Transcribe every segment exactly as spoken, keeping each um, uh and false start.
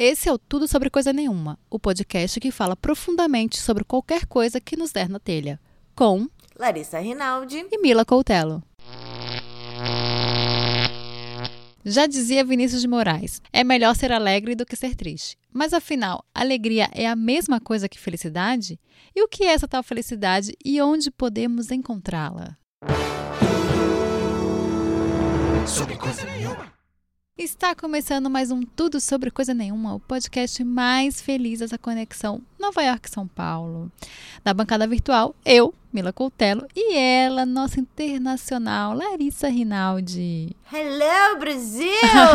Esse é o Tudo Sobre Coisa Nenhuma, o podcast que fala profundamente sobre qualquer coisa que nos der na telha, com Larissa Rinaldi e Mila Coutelo. Já dizia Vinícius de Moraes, é melhor ser alegre do que ser triste. Mas afinal, alegria é a mesma coisa que felicidade? E o que é essa tal felicidade e onde podemos encontrá-la? Sobre coisa nenhuma. Está começando mais um Tudo Sobre Coisa Nenhuma, o podcast mais feliz dessa conexão Nova York-São Paulo. Na bancada virtual, eu, Mila Coutelo, e ela, nossa internacional, Larissa Rinaldi. Hello, Brasil!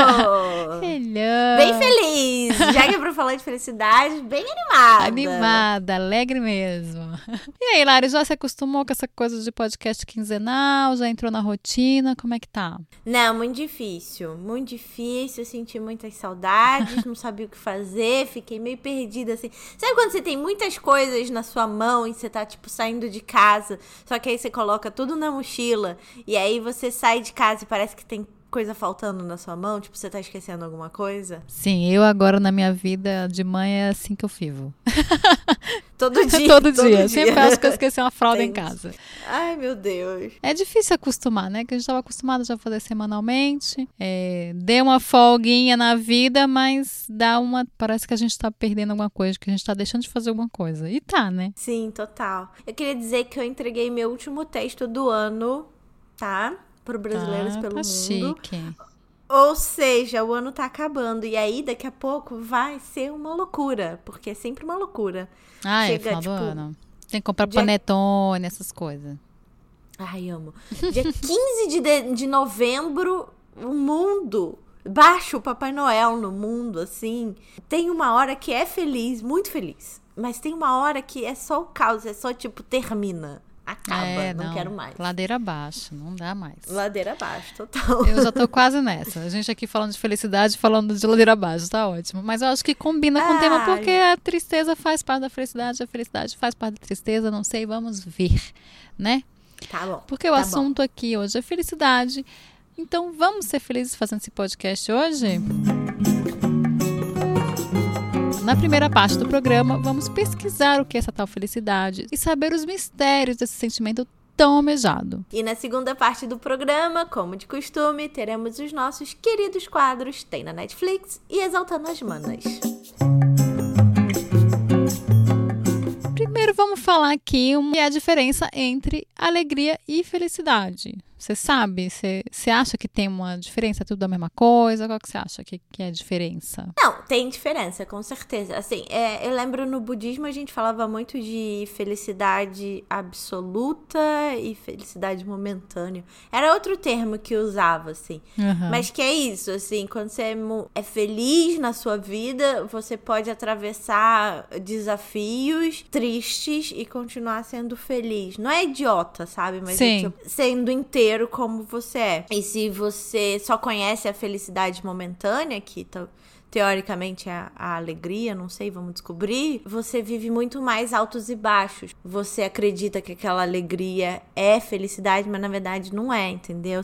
Hello! Bem feliz! Já que é pra falar de felicidade, bem animada. Animada, alegre mesmo. E aí, Lari, já se acostumou com essa coisa de podcast quinzenal? Já entrou na rotina? Como é que tá? Não, muito difícil. Muito difícil, eu senti muitas saudades, não sabia o que fazer, fiquei meio perdida, assim. Sabe quando você tem muitas coisas na sua mão e você tá, tipo, saindo de casa, só que aí você coloca tudo na mochila e aí você sai de casa e parece que tem coisa faltando na sua mão, tipo, você tá esquecendo alguma coisa? Sim, eu agora na minha vida de mãe é assim que eu vivo. Todo dia. todo, todo dia. dia. Sempre acho que eu esqueci uma fralda Entendi. em casa. Ai, meu Deus. É difícil acostumar, né? Que a gente estava acostumado já a fazer semanalmente. É, deu uma folguinha na vida, mas dá uma... Parece que a gente tá perdendo alguma coisa, que a gente tá deixando de fazer alguma coisa. E tá, né? Sim, total. Eu queria dizer que eu entreguei meu último texto do ano, tá? Pro Brasileiros ah, pelo tá Mundo. Chique. Ou seja, o ano tá acabando. E aí, daqui a pouco, vai ser uma loucura. Porque é sempre uma loucura. Ah, Chega, é final tipo, do ano. Tem que comprar dia... panetone, essas coisas. Ai, amo. Dia quinze de, de, de novembro, o mundo... Baixa o Papai Noel no mundo, assim. Tem uma hora que é feliz, muito feliz. Mas tem uma hora que é só o caos. É só, tipo, termina. Acaba, é, não, não quero mais. Ladeira abaixo, não dá mais. Ladeira abaixo, total. Eu já tô quase nessa. A gente aqui falando de felicidade, falando de ladeira abaixo, tá ótimo. Mas eu acho que combina com o tema porque a tristeza faz parte da felicidade, a felicidade faz parte da tristeza, não sei, vamos ver, né? Tá bom. Porque o tá assunto bom. aqui hoje é felicidade. Então vamos ser felizes fazendo esse podcast hoje? Na primeira parte do programa, vamos pesquisar o que é essa tal felicidade e saber os mistérios desse sentimento tão almejado. E na segunda parte do programa, como de costume, teremos os nossos queridos quadros Tem na Netflix e Exaltando as Manas. Primeiro vamos falar aqui o que é a diferença entre alegria e felicidade. Você sabe? Você, você acha que tem uma diferença? É tudo a mesma coisa? Qual que você acha que, que é a diferença? Não, tem diferença, com certeza. Assim, é, eu lembro no budismo a gente falava muito de felicidade absoluta e felicidade momentânea. Era outro termo que usava, assim. Uhum. Mas que é isso, assim, quando você é feliz na sua vida, você pode atravessar desafios tristes e continuar sendo feliz. Não é idiota, sabe? Mas Sim. É, tipo, sendo inteiro como você é. E se você só conhece a felicidade momentânea, que tá, teoricamente é a, a alegria, não sei, vamos descobrir, você vive muito mais altos e baixos. Você acredita que aquela alegria é felicidade, mas na verdade não é, entendeu?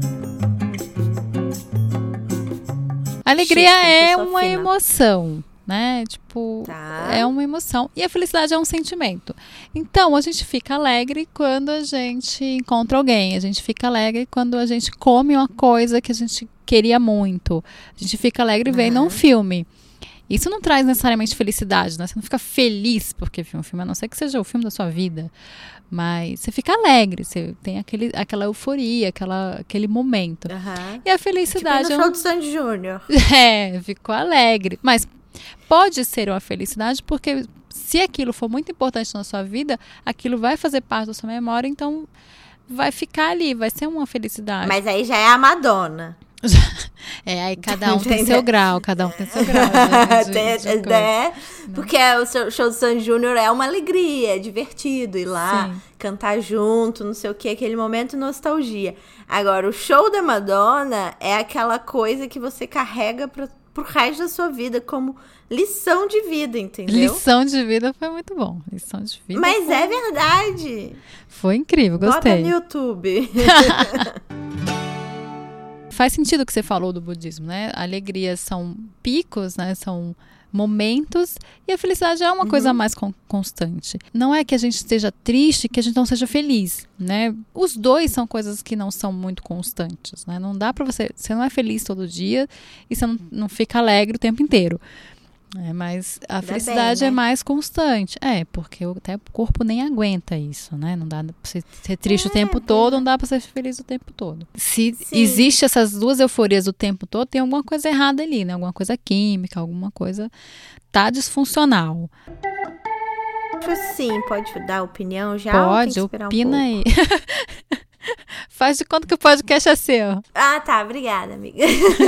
A alegria Chique, é pessoa uma fina. emoção, né? Tipo, Tá. é uma emoção. E a felicidade é um sentimento. Então, a gente fica alegre quando a gente encontra alguém. A gente fica alegre quando a gente come uma coisa que a gente queria muito. A gente fica alegre vendo Uhum. um filme. Isso não traz necessariamente felicidade, né? Você não fica feliz porque viu um filme, a não ser que seja o filme da sua vida. Mas você fica alegre, você tem aquele, aquela euforia, aquela, aquele momento. Uhum. E a felicidade Tipo é no um... show do Sandy Júnior. É, ficou alegre. Mas pode ser uma felicidade porque se aquilo for muito importante na sua vida, aquilo vai fazer parte da sua memória, então vai ficar ali, vai ser uma felicidade. Mas aí já é a Madonna. É, aí cada um tem seu grau, cada um tem seu grau. De, de, de, de é, porque o show do Sandy Júnior é uma alegria, é divertido ir lá, Sim. cantar junto, não sei o que, aquele momento nostalgia. Agora, o show da Madonna é aquela coisa que você carrega pro, pro resto da sua vida como lição de vida, entendeu? Lição de vida foi muito bom. Lição de vida. Mas foi... é verdade. Foi incrível, gostei. Bota no YouTube. faz sentido o que você falou do budismo, né? Alegrias são picos, né? São momentos, e a felicidade é uma uhum. coisa mais con- constante. Não é que a gente esteja triste, que a gente não seja feliz, né? Os dois são coisas que não são muito constantes, né? Não dá pra você... Você não é feliz todo dia e você não, não fica alegre o tempo inteiro. É, mas a Ainda felicidade bem, né? é mais constante. É, porque o, até o corpo nem aguenta isso, né? Não dá pra você ser triste é, o tempo todo, não dá pra ser feliz o tempo todo. Se Sim. existe essas duas euforias o tempo todo, tem alguma coisa errada ali, né? Alguma coisa química, alguma coisa tá disfuncional. Sim, pode dar opinião já? Pode, opina um aí. Faz de conta que o podcast é seu. Ah, tá. Obrigada, amiga.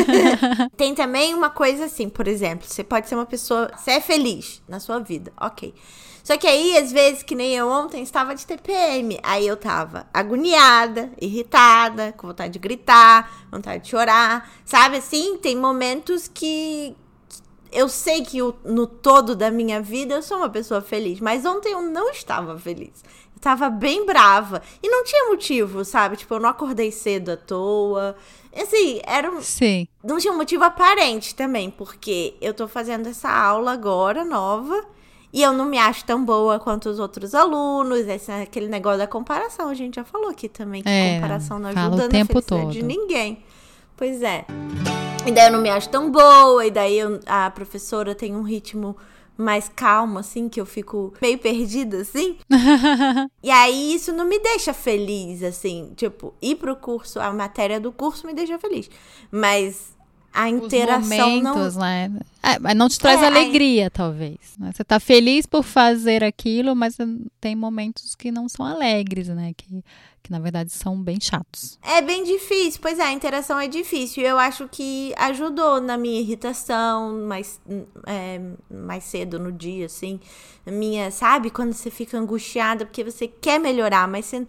Tem também uma coisa assim, por exemplo, você pode ser uma pessoa... Você é feliz na sua vida, ok. Só que aí, às vezes, que nem eu ontem, estava de T P M. Aí eu tava agoniada, irritada, com vontade de gritar, vontade de chorar. Sabe assim? Tem momentos que... Eu sei que eu, no todo da minha vida eu sou uma pessoa feliz. Mas ontem eu não estava feliz. Tava bem brava. E não tinha motivo, sabe? Tipo, eu não acordei cedo à toa. Assim, era um... Sim. Não tinha um motivo aparente também. Porque eu tô fazendo essa aula agora, nova. E eu não me acho tão boa quanto os outros alunos. Esse, aquele negócio da comparação. A gente já falou aqui também. Que é, comparação não ajuda o tempo na todo. felicidade de ninguém. Pois é. E daí eu não me acho tão boa. E daí eu, a professora tem um ritmo... mais calmo, assim, que eu fico meio perdida, assim. E aí, isso não me deixa feliz, assim. Tipo, ir pro curso, a matéria do curso me deixa feliz. Mas a interação Os momentos, não... né? É, mas não te traz é, alegria, a... talvez. Né? Você tá feliz por fazer aquilo, mas tem momentos que não são alegres, né? Que, que, na verdade, são bem chatos. É bem difícil. Pois é, a interação é difícil. Eu acho que ajudou na minha irritação mais, é, mais cedo no dia, assim. Minha, sabe? Quando você fica angustiada porque você quer melhorar, mas você...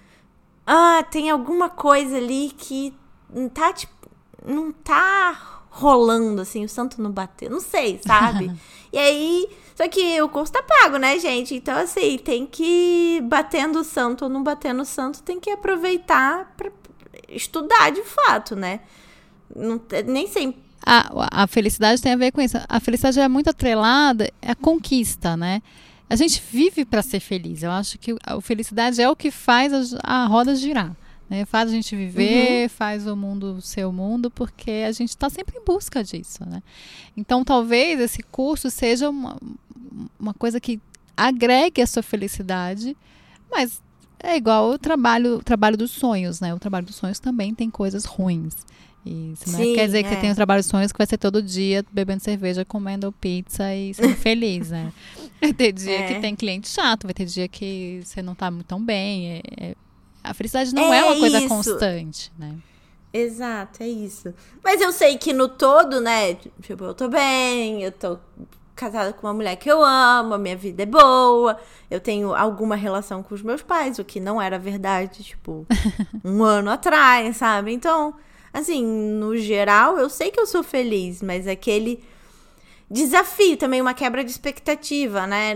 Ah, tem alguma coisa ali que não tá, tipo... Não tá rolando, assim, o santo não bateu. Não sei, sabe? E aí... Só que o curso tá pago, né, gente? Então, assim, tem que... Batendo o santo ou não batendo o santo, tem que aproveitar pra estudar de fato, né? Não, nem sempre... A, a felicidade tem a ver com isso. A felicidade é muito atrelada à conquista, né? A gente vive pra ser feliz. Eu acho que a felicidade é o que faz a, a roda girar. Né? Faz a gente viver, uhum. faz o mundo ser o mundo, porque a gente está sempre em busca disso, né? Então, talvez esse curso seja uma, uma coisa que agregue a sua felicidade, mas é igual o trabalho, o trabalho dos sonhos, né? O trabalho dos sonhos também tem coisas ruins. E isso não Sim, quer dizer é. que você tem o trabalho dos sonhos que vai ser todo dia bebendo cerveja, comendo pizza e sendo feliz, né? Vai ter dia é. que tem cliente chato, vai ter dia que você não tá muito tão bem, é, é a felicidade não é, é uma coisa isso. constante, né? Exato, é isso. Mas eu sei que no todo, né? Tipo, eu tô bem, eu tô casada com uma mulher que eu amo, a minha vida é boa, eu tenho alguma relação com os meus pais, o que não era verdade, tipo, um ano atrás, sabe? Então, assim, no geral, eu sei que eu sou feliz, mas aquele desafio também, uma quebra de expectativa, né?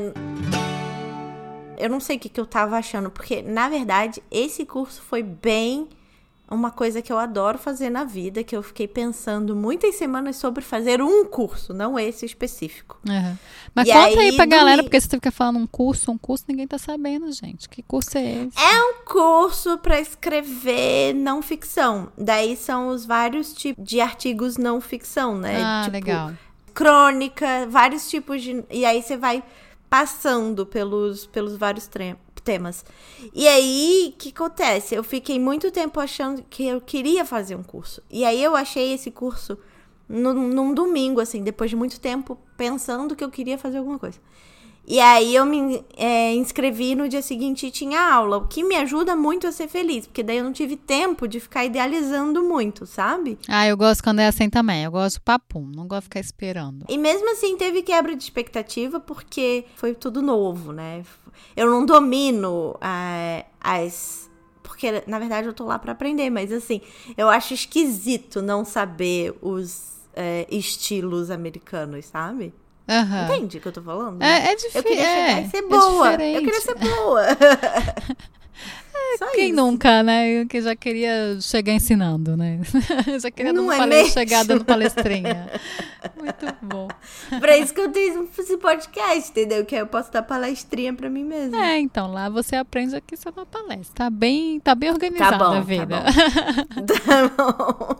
Eu não sei o que, que eu tava achando, porque, na verdade, esse curso foi bem uma coisa que eu adoro fazer na vida, que eu fiquei pensando muitas semanas sobre fazer um curso, não esse específico. Uhum. Mas e conta aí, aí pra do... galera, porque você fica falando um curso, um curso, ninguém tá sabendo, gente. Que curso é esse? É um curso pra escrever não ficção. Daí são os vários tipos de artigos não ficção, né? Ah, tipo, legal. Crônica, vários tipos de... E aí você vai... passando pelos, pelos vários tre- temas. E aí, o que acontece? Eu fiquei muito tempo achando que eu queria fazer um curso. E aí eu achei esse curso no, num domingo, assim, depois de muito tempo pensando que eu queria fazer alguma coisa. E aí eu me é, inscrevi no dia seguinte e tinha aula, o que me ajuda muito a ser feliz, porque daí eu não tive tempo de ficar idealizando muito, sabe? Ah, eu gosto quando é assim também, eu gosto do papum, não gosto de ficar esperando. E mesmo assim teve quebra de expectativa, porque foi tudo novo, né? Eu não domino é, as... Porque, na verdade, eu tô lá pra aprender, mas assim, eu acho esquisito não saber os é, estilos americanos, sabe? Uhum. Entende o que eu tô falando? É, é difícil. Eu queria chegar é, e ser boa. É eu queria ser boa. Só Quem isso. nunca, né? Que já queria chegar ensinando, né? Já queria Não dando é pale- mesmo? chegar dando palestrinha. Muito bom. Pra isso que eu tenho esse podcast, entendeu? Que aí eu posso dar palestrinha pra mim mesma. É, então, lá você aprende aqui só na palestra. Tá bem, tá bem organizada bom, a vida. Tá bom.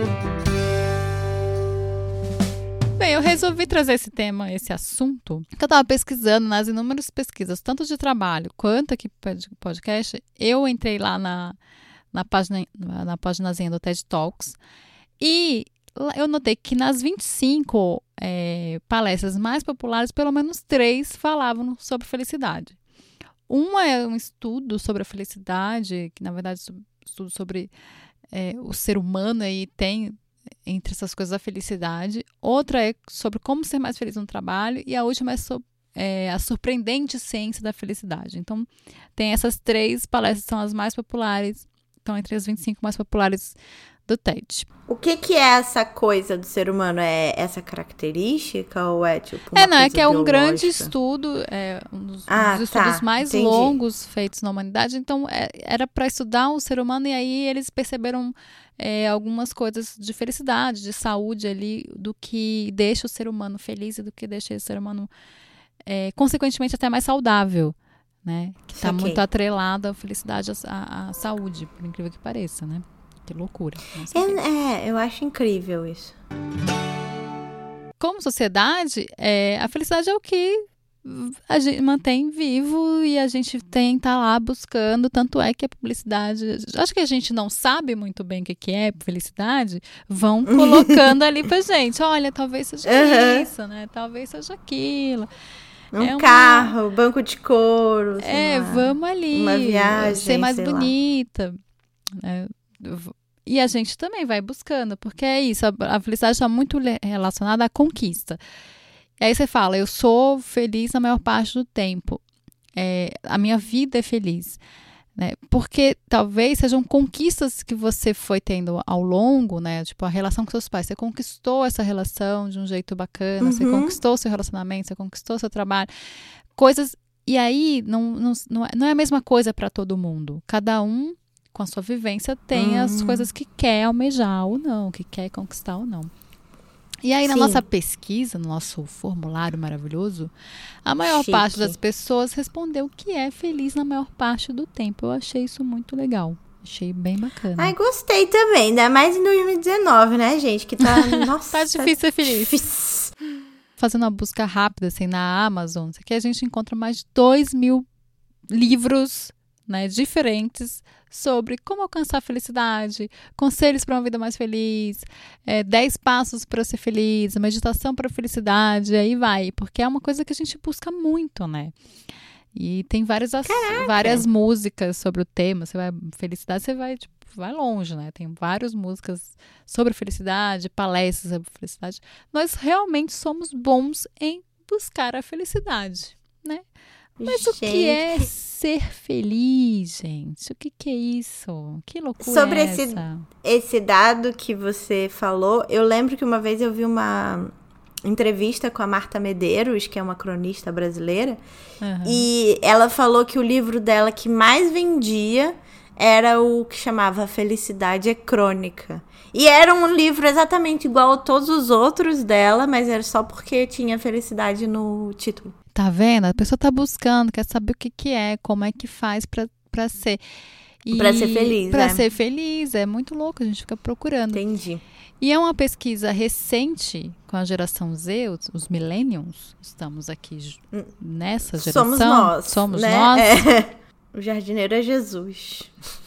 Bem, eu resolvi trazer esse tema, esse assunto, que eu tava pesquisando nas inúmeras pesquisas, tanto de trabalho quanto aqui de podcast. Eu entrei lá na, na, página, na paginazinha do TED Talks e lá eu notei que nas vinte e cinco é, palestras mais populares, pelo menos três falavam sobre felicidade. Uma é um estudo sobre a felicidade, que na verdade é um estudo sobre é, o ser humano aí tem entre essas coisas a felicidade. Outra é sobre como ser mais feliz no trabalho. E a última é, sobre, é a surpreendente ciência da felicidade. Então, tem essas três palestras que são as mais populares. Estão entre as vinte e cinco mais populares do TED. O que que é essa coisa do ser humano? É essa característica ou é tipo uma É, não, é coisa que é um grande biológica? estudo, é um dos, Ah, um dos estudos tá, mais entendi. longos feitos na humanidade. Então, é, era para estudar o ser humano e aí eles perceberam é, algumas coisas de felicidade, de saúde ali, do que deixa o ser humano feliz e do que deixa o ser humano, é, consequentemente, até mais saudável, né? Que está Saquei. muito atrelado à felicidade, à, à saúde, por incrível que pareça, né? Que loucura. Não sei o quê. É, é, eu acho incrível isso. Como sociedade, é, a felicidade é o que a gente mantém vivo e a gente tem que estar lá buscando. Tanto é que a publicidade, acho que a gente não sabe muito bem o que que é felicidade, vão colocando ali pra gente. Olha, talvez seja Uhum. isso, né? Talvez seja aquilo. Um É uma- carro, banco de couro, sei É, lá. vamos ali Uma viagem, ser mais sei lá. bonita. né? E a gente também vai buscando, porque é isso, a, a felicidade está muito le- relacionada à conquista. E aí você fala, eu sou feliz na maior parte do tempo. É, a minha vida é feliz. Né? Porque talvez sejam conquistas que você foi tendo ao longo, né? Tipo, a relação com seus pais. Você conquistou essa relação de um jeito bacana, Uhum. você conquistou seu relacionamento, você conquistou seu trabalho. Coisas. E aí, não, não, não, é, não é a mesma coisa para todo mundo. Cada um, com a sua vivência, tem as Hum. coisas que quer almejar ou não, que quer conquistar ou não. E aí, na Sim. nossa pesquisa, no nosso formulário maravilhoso, a maior Chique. parte das pessoas respondeu que é feliz na maior parte do tempo. Eu achei isso muito legal. Achei bem bacana. Ai, gostei também, ainda mais em dois mil e dezenove, né, gente? Que tá, nossa, Tá difícil ser feliz. difícil. Fazendo uma busca rápida, assim, na Amazon, aqui a gente encontra mais de dois mil livros, né, diferentes sobre como alcançar a felicidade, conselhos para uma vida mais feliz, é, dez passos para ser feliz, meditação para a felicidade, aí vai, porque é uma coisa que a gente busca muito, né? E tem várias, as- várias músicas sobre o tema. Você vai felicidade, você vai, tipo, vai longe, né? Tem várias músicas sobre felicidade, palestras sobre felicidade. Nós realmente somos bons em buscar a felicidade, né? Mas o que Gente, é ser feliz, gente? O que, que é isso? Que loucura Sobre é esse- essa? esse dado que você falou, eu lembro que uma vez eu vi uma entrevista com a Marta Medeiros, que é uma cronista brasileira, Aham. e ela falou que o livro dela que mais vendia era o que chamava Felicidade é Crônica. E era um livro exatamente igual a todos os outros dela, mas era só porque tinha felicidade no título. Tá vendo? A pessoa tá buscando, quer saber o que, que é, como é que faz pra, pra ser. E Pra ser feliz, Pra é. ser feliz. É muito louco, a gente fica procurando. Entendi. E é uma pesquisa recente com a geração Z, os, os millennials. Estamos aqui ju- nessa geração. Somos nós. Somos né? nós. É. O jardineiro é Jesus.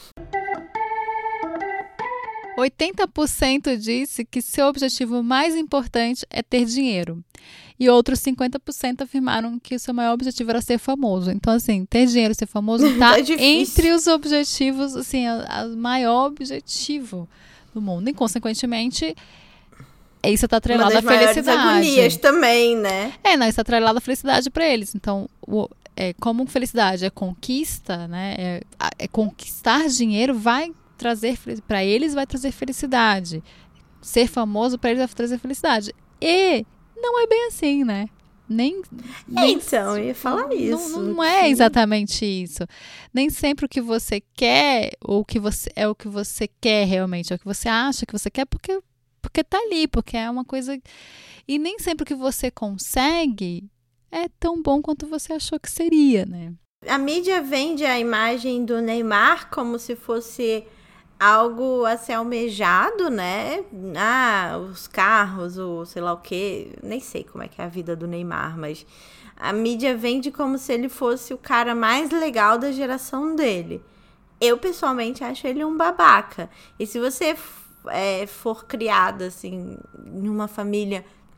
oitenta por cento disse que seu objetivo mais importante é ter dinheiro. E outros cinquenta por cento afirmaram que o seu maior objetivo era ser famoso. Então, assim, ter dinheiro e ser famoso está Tá difícil. entre os objetivos, assim, o maior objetivo do mundo. E, consequentemente, isso está Uma atrelado à das maiores felicidade. agonias também, né? É, não, isso está atrelado à felicidade para eles. Então, o, é, como felicidade é conquista, né? É, a- é conquistar dinheiro vai trazer para eles vai trazer felicidade. Ser famoso para eles vai trazer felicidade. E não é bem assim, né? Nem, nem então, eu ia falar isso. Não, não é exatamente isso. Nem sempre o que você quer, ou o que você, é o que você quer realmente, é o que você acha que você quer, porque, porque tá ali, porque é uma coisa... E nem sempre o que você consegue é tão bom quanto você achou que seria, né? A mídia vende a imagem do Neymar como se fosse algo a ser almejado, né? Ah, os carros, o sei lá o quê. Nem sei como é que é a vida do Neymar, mas a mídia vende como se ele fosse o cara mais legal da geração dele. Eu, pessoalmente, acho ele um babaca. E se você é, for criada, assim, em uma família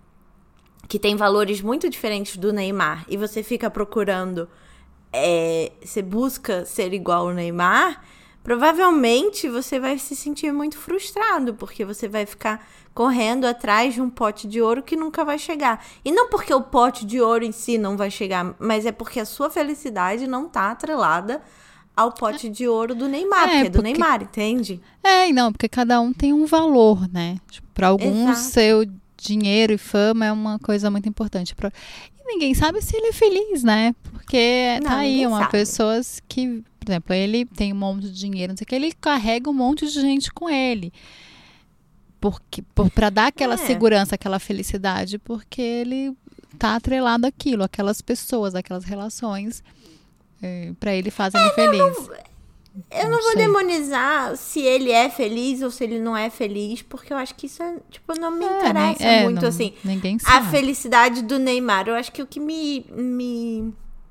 que tem valores muito diferentes do Neymar e você fica procurando... É, você busca ser igual ao Neymar, provavelmente você vai se sentir muito frustrado, porque você vai ficar correndo atrás de um pote de ouro que nunca vai chegar. E não porque o pote de ouro em si não vai chegar, mas é porque a sua felicidade não tá atrelada ao pote de ouro do Neymar, é, porque é do porque... Neymar, entende? É, não, porque cada um tem um valor, né? Tipo, para alguns, Exato. Seu dinheiro e fama é uma coisa muito importante. Pra... Ninguém sabe se ele é feliz, né? Porque não, tá aí uma sabe. Pessoa que, por exemplo, ele tem um monte de dinheiro, não sei o que, ele carrega um monte de gente com ele. Porque, por, pra dar aquela é. segurança, aquela felicidade, porque ele tá atrelado àquilo, aquelas pessoas, aquelas relações, é, pra ele fazem ele é, feliz. Não, não, eu não, não vou sei. demonizar se ele é feliz ou se ele não é feliz, porque eu acho que isso é, tipo, não me é, interessa nem, é, muito, não, assim, ninguém sabe. A felicidade do Neymar. Eu acho que o que me, me,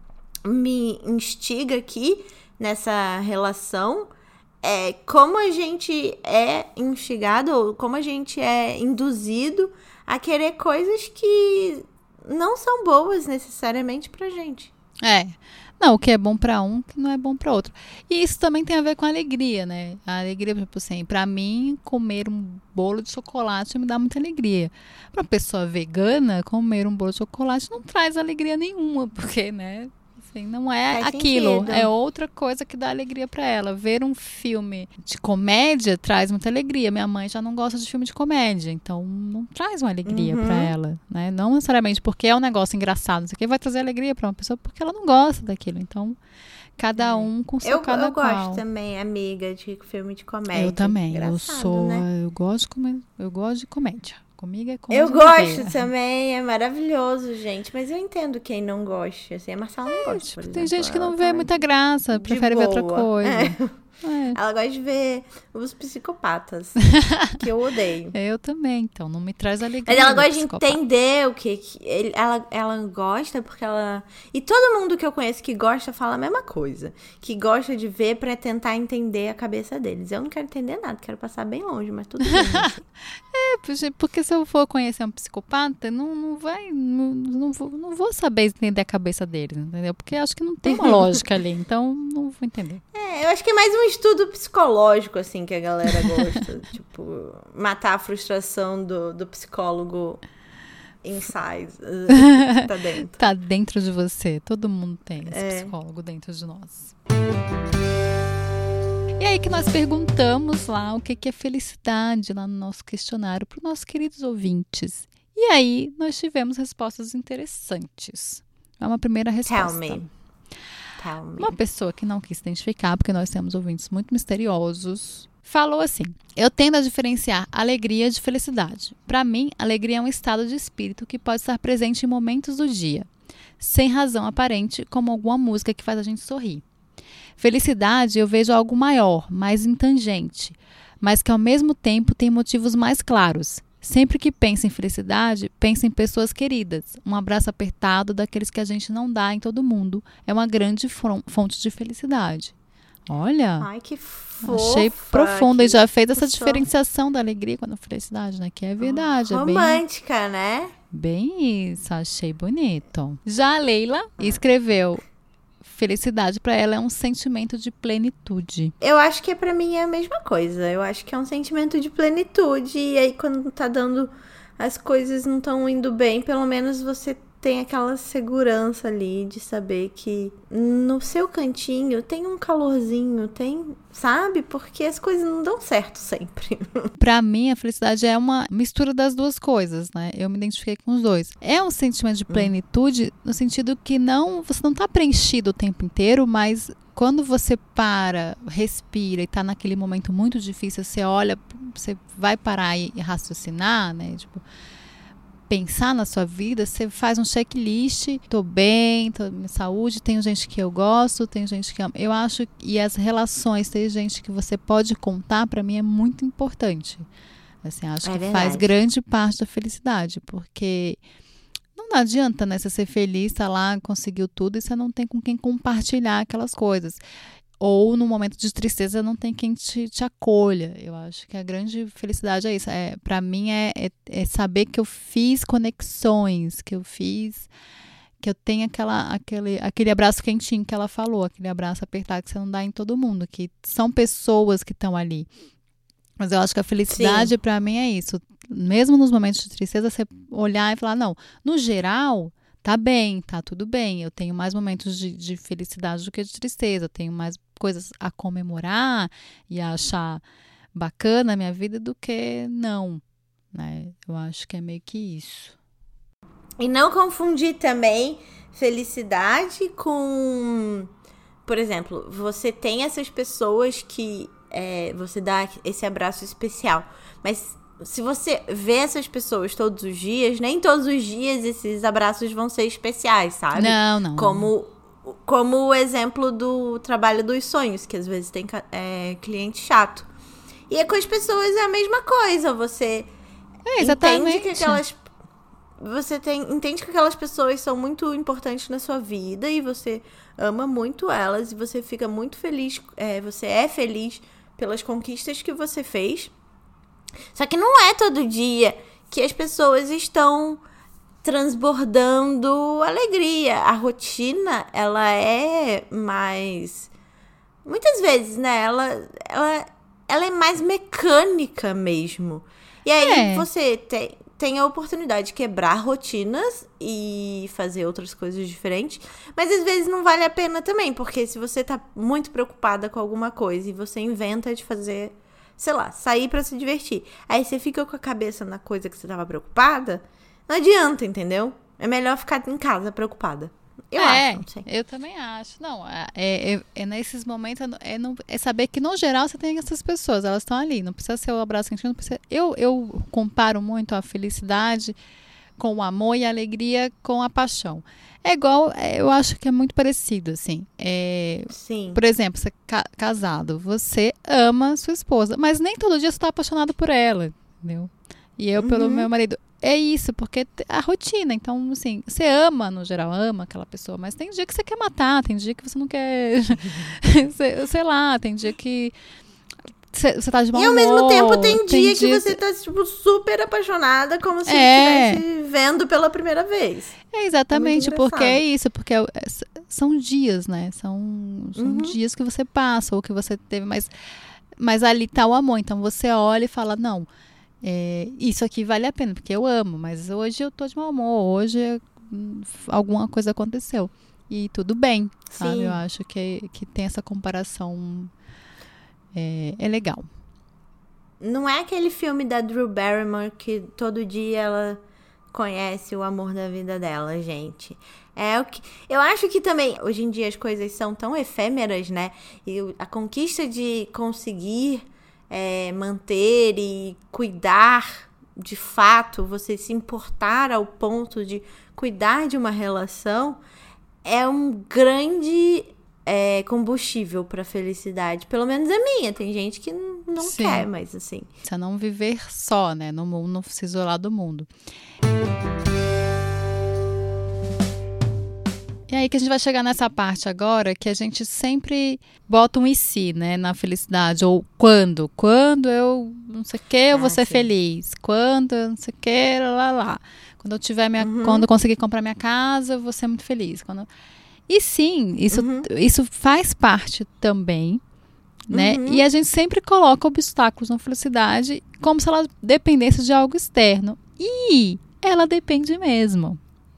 me instiga aqui nessa relação é como a gente é instigado, ou como a gente é induzido a querer coisas que não são boas necessariamente pra gente. É. Não, o que é bom pra um, que não é bom pra outro. E isso também tem a ver com a alegria, né? A alegria, tipo assim, pra mim, comer um bolo de chocolate me dá muita alegria. Pra uma pessoa vegana, comer um bolo de chocolate não traz alegria nenhuma, porque, né? Assim, não é Faz aquilo, sentido. É outra coisa que dá alegria pra ela. Ver um filme de comédia traz muita alegria. Minha mãe já não gosta de filme de comédia, então não traz uma alegria uhum. pra ela, né? Não necessariamente porque é um negócio engraçado, não sei o que, vai trazer alegria pra uma pessoa porque ela não gosta daquilo. Então, cada um com seu eu, cada eu qual. Eu gosto também, amiga, de filme de comédia. Eu também, engraçado, eu sou, né? eu gosto de comer, eu gosto de comédia. Comigo é comédia. Eu gosto ver. também, é maravilhoso, gente. Mas eu entendo quem não gosta. Assim, a Marcela não é, gosta, tipo, por tem exemplo. gente que não Ela vê tá muita graça, prefere boa. ver outra coisa. É. É. Ela gosta de ver os psicopatas, que eu odeio. Eu também, então, não me traz alegria. Mas ela gosta de entender o que, que ele, ela, ela gosta porque ela... E todo mundo que eu conheço que gosta fala a mesma coisa. Que gosta de ver pra tentar entender a cabeça deles. Eu não quero entender nada, quero passar bem longe, mas tudo bem. Assim. É, porque se eu for conhecer um psicopata, não, não vai... Não, não, vou, não vou saber entender a cabeça deles, entendeu? Porque acho que não tem uma lógica ali, então não vou entender. É, eu acho que é mais um estudo psicológico, assim, que a galera gosta. Tipo, matar a frustração do, do psicólogo inside. Tá dentro. Tá dentro de você. Todo mundo tem esse é. psicólogo dentro de nós. E aí que nós perguntamos lá o que que é felicidade lá no nosso questionário para os nossos queridos ouvintes. E aí nós tivemos respostas interessantes. É uma primeira resposta. Tell me. Uma pessoa que não quis se identificar, porque nós temos ouvintes muito misteriosos, falou assim: eu tendo a diferenciar alegria de felicidade. Para mim, alegria é um estado de espírito que pode estar presente em momentos do dia, sem razão aparente, como alguma música que faz a gente sorrir. Felicidade eu vejo algo maior, mais intangente, mas que ao mesmo tempo tem motivos mais claros. Sempre que pensa em felicidade, pensa em pessoas queridas. Um abraço apertado daqueles que a gente não dá em todo mundo é uma grande fonte de felicidade. Olha, ai, que fofa, achei profunda e já fez essa puxou. diferenciação da alegria com a felicidade, né? Que é verdade. Romântica, é bem, né? Bem isso, achei bonito. Já a Leila escreveu: felicidade para ela é um sentimento de plenitude. Eu acho que para mim é a mesma coisa. Eu acho que é um sentimento de plenitude. E aí quando tá dando... As coisas não estão indo bem, pelo menos você tem aquela segurança ali de saber que no seu cantinho tem um calorzinho, tem, sabe? Porque as coisas não dão certo sempre. Pra mim, a felicidade é uma mistura das duas coisas, né? Eu me identifiquei com os dois. É um sentimento de plenitude no sentido que não, você não tá preenchido o tempo inteiro, mas quando você para, respira e tá naquele momento muito difícil, você olha, você vai parar e raciocinar, né? Tipo, pensar na sua vida, você faz um checklist, tô bem, tô minha saúde, tem gente que eu gosto, tem gente que ama. Eu acho, e as relações, tem gente que você pode contar, pra mim é muito importante. Assim, acho É que verdade. faz grande parte da felicidade, porque não adianta, né, você ser feliz, tá lá, conseguiu tudo, e você não tem com quem compartilhar aquelas coisas. Ou no momento de tristeza não tem quem te, te acolha. Eu acho que a grande felicidade é isso. É, para mim é, é, é saber que eu fiz conexões, que eu fiz, que eu tenho aquela, aquele, aquele abraço quentinho que ela falou, aquele abraço apertado que você não dá em todo mundo, que são pessoas que estão ali. Mas eu acho que a felicidade para mim é isso. Mesmo nos momentos de tristeza, você olhar e falar, não, no geral, tá bem, tá tudo bem. Eu tenho mais momentos de, de felicidade do que de tristeza. Eu tenho mais coisas a comemorar e a achar bacana a minha vida do que não, né? Eu acho que é meio que isso. E não confundir também felicidade com... Por exemplo, você tem essas pessoas que é, você dá esse abraço especial. Mas se você vê essas pessoas todos os dias, nem todos os dias esses abraços vão ser especiais, sabe? Não, não. Como... Como o exemplo do trabalho dos sonhos, que às vezes tem é, cliente chato. E é com as pessoas é a mesma coisa. Você é, exatamente. entende que aquelas... Você tem, entende que aquelas pessoas são muito importantes na sua vida e você ama muito elas e você fica muito feliz, é, você é feliz pelas conquistas que você fez. Só que não é todo dia que as pessoas estão transbordando alegria. A rotina, ela é mais... Muitas vezes, né? Ela, ela, ela é mais mecânica mesmo. E aí é. você tem, tem a oportunidade de quebrar rotinas e fazer outras coisas diferentes. Mas às vezes não vale a pena também. Porque se você tá muito preocupada com alguma coisa e você inventa de fazer, sei lá, sair pra se divertir. Aí você fica com a cabeça na coisa que você tava preocupada... Não adianta, entendeu? É melhor ficar em casa preocupada. Eu é, acho, não sei. Eu também acho. Não, é, é, é nesses momentos, é, não, é saber que, no geral, você tem essas pessoas, elas estão ali. Não precisa ser o abraço quentinho, não precisa... Eu, eu comparo muito a felicidade com o amor e a alegria com a paixão. É igual, eu acho que é muito parecido, assim. É, Sim. Por exemplo, você é casado, você ama sua esposa, mas nem todo dia você está apaixonado por ela, entendeu? E eu, uhum. pelo meu marido... É isso, porque a rotina, então, assim, você ama, no geral, ama aquela pessoa, mas tem dia que você quer matar, tem dia que você não quer, sei, sei lá, tem dia que você, você tá de mau humor. E ao mesmo tempo tem, tem dia, dia que você tá, tipo, super apaixonada, como se é. estivesse vendo pela primeira vez. É exatamente, é porque é isso, porque é, são dias, né, são, são uhum. dias que você passa, ou que você teve, mas, mas ali tá o amor, então você olha e fala, não... É, isso aqui vale a pena, porque eu amo, mas hoje eu tô de mau humor, hoje alguma coisa aconteceu. E tudo bem, sabe? Sim. Eu acho que, que tem essa comparação, é, é legal. Não é aquele filme da Drew Barrymore que todo dia ela conhece o amor da vida dela, gente. É o que, eu acho que também, hoje em dia as coisas são tão efêmeras, né? E a conquista de conseguir... É, manter e cuidar de fato, você se importar ao ponto de cuidar de uma relação é um grande é, combustível para felicidade. Pelo menos é minha. Tem gente que não Sim. quer, mas assim... Você não viver só, né? No mundo, não se isolar do mundo. E aí que a gente vai chegar nessa parte agora que a gente sempre bota um e se, né, na felicidade. Ou quando. Quando eu não sei o que, eu ah, vou ser sim. feliz. Quando eu não sei o que, lá, lá. Quando eu tiver minha, uhum. quando eu conseguir comprar minha casa, eu vou ser muito feliz. Quando... E sim, isso, uhum. isso faz parte também, né? Uhum. E a gente sempre coloca obstáculos na felicidade como se ela dependesse de algo externo. E ela depende mesmo.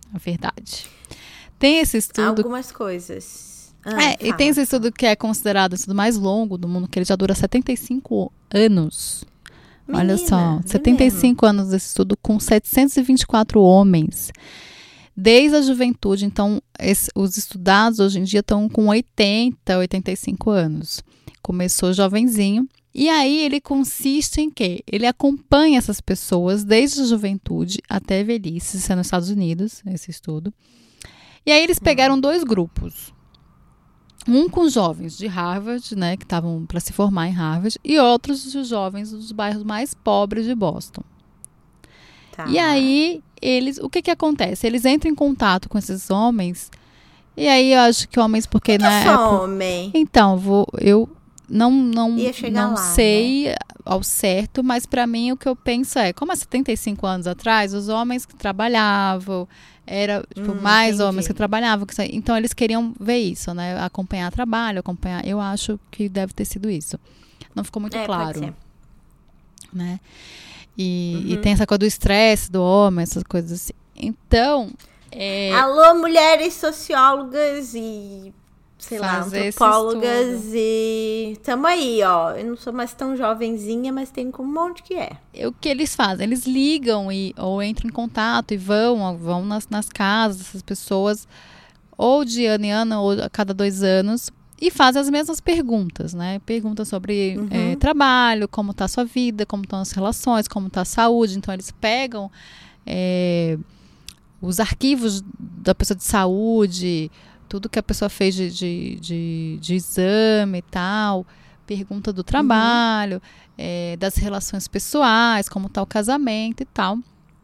a verdade. Tem esse estudo... Algumas coisas. Ah, é, e tem esse estudo que é considerado o estudo mais longo do mundo, que ele já dura setenta e cinco anos. Menina, olha só, setenta e cinco mesmo. Anos desse estudo com setecentos e vinte e quatro homens. Desde a juventude, então, esse, os estudados hoje em dia estão com oitenta, oitenta e cinco anos. Começou jovenzinho. E aí ele consiste em quê? Ele acompanha essas pessoas desde a juventude até a velhice, isso é nos Estados Unidos, esse estudo. E aí eles pegaram dois grupos. Um com jovens de Harvard, né, que estavam para se formar em Harvard, e outros de jovens dos bairros mais pobres de Boston. Tá. E aí, eles, o que que acontece? Eles entram em contato com esses homens, e aí eu acho que homens, porque que na que época... homem? Então, vou, eu... Não, não, não lá, sei né? ao certo, mas para mim o que eu penso é, como há setenta e cinco anos atrás, os homens que trabalhavam, era tipo, hum, mais entendi. homens que trabalhavam, então eles queriam ver isso, né? Acompanhar trabalho, acompanhar. Eu acho que deve ter sido isso. Não ficou muito é, claro. Pode ser. Né? E, Uhum. e tem essa coisa do estresse do homem, essas coisas assim. Então. É... Alô, mulheres sociólogas e. Sei lá, Fazer antropólogas e... Tamo aí, ó. Eu não sou mais tão jovenzinha, mas tem um monte que é. O que eles fazem? Eles ligam e, ou entram em contato e vão, vão nas, nas casas dessas pessoas, ou de ano em ano, ou a cada dois anos, e fazem as mesmas perguntas, né? Perguntas sobre uhum. é, trabalho, como tá a sua vida, como estão as relações, como tá a saúde. Então, eles pegam é, os arquivos da pessoa de saúde... Tudo que a pessoa fez de, de, de, de exame e tal, pergunta do trabalho, uhum. é, das relações pessoais, como está o casamento e tal.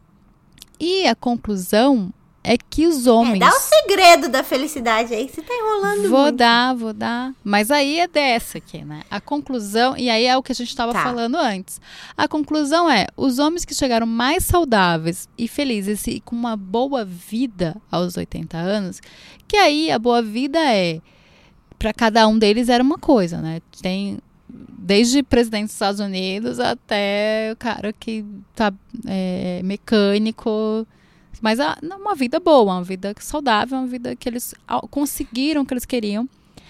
E a conclusão é que os homens... É, dá o segredo da felicidade aí, que você tá enrolando Vou muito. dar, vou dar. Mas aí é dessa aqui, né? A conclusão, e aí é o que a gente estava tá. falando antes. A conclusão é, os homens que chegaram mais saudáveis e felizes e com uma boa vida aos oitenta anos, que aí a boa vida é, para cada um deles era uma coisa, né? Tem... Desde presidente dos Estados Unidos até o cara que tá é, mecânico... Mas a, uma vida boa, uma vida saudável, uma vida que eles conseguiram o que eles queriam.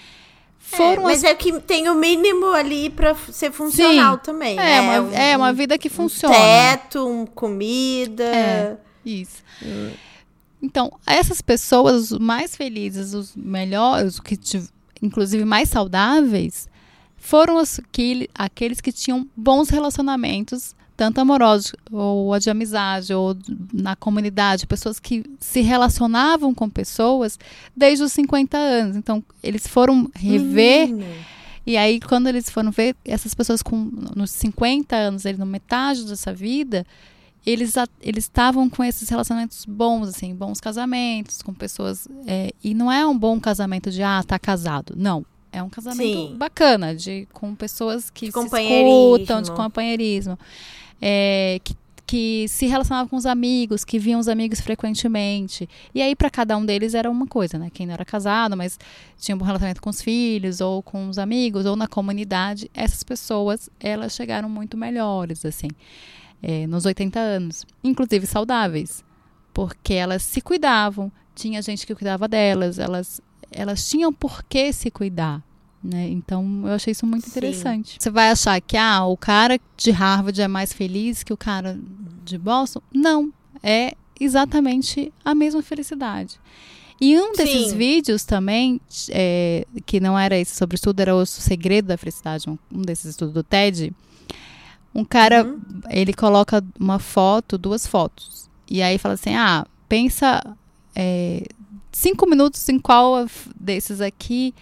Foram é, mas as... é que tem o mínimo ali pra ser funcional Sim, também. É, né? uma, um, é uma vida que funciona. Um teto, um comida. É, isso. Hum. Então, essas pessoas, os mais felizes, os melhores, os que inclusive mais saudáveis, foram os que, aqueles que tinham bons relacionamentos, tanto amorosos, ou de amizade, ou na comunidade, pessoas que se relacionavam com pessoas desde os cinquenta anos. Então, eles foram rever, hum. e aí, quando eles foram ver essas pessoas com, nos cinquenta anos, ele, na metade dessa vida, eles eles estavam com esses relacionamentos bons, assim, bons casamentos, com pessoas... É, e não é um bom casamento de, ah, tá casado. Não. É um casamento Sim. bacana, de, com pessoas que de se escutam, de companheirismo. É, que, que se relacionavam com os amigos, que viam os amigos frequentemente. E aí, para cada um deles, era uma coisa, né? Quem não era casado, mas tinha um bom relacionamento com os filhos, ou com os amigos, ou na comunidade. Essas pessoas, elas chegaram muito melhores, assim, é, nos oitenta anos. Inclusive saudáveis, porque elas se cuidavam. Tinha gente que cuidava delas, elas, elas tinham por que se cuidar. Né? Então, eu achei isso muito interessante. Sim. Você vai achar que ah, o cara de Harvard é mais feliz que o cara de Boston? Não, é exatamente a mesma felicidade. E um desses Sim. vídeos também, é, que não era esse sobre estudo, era o segredo da felicidade, um, um desses estudos do TED, um cara, uhum. ele coloca uma foto, duas fotos, e aí fala assim, ah, pensa é, cinco minutos em qual desses aqui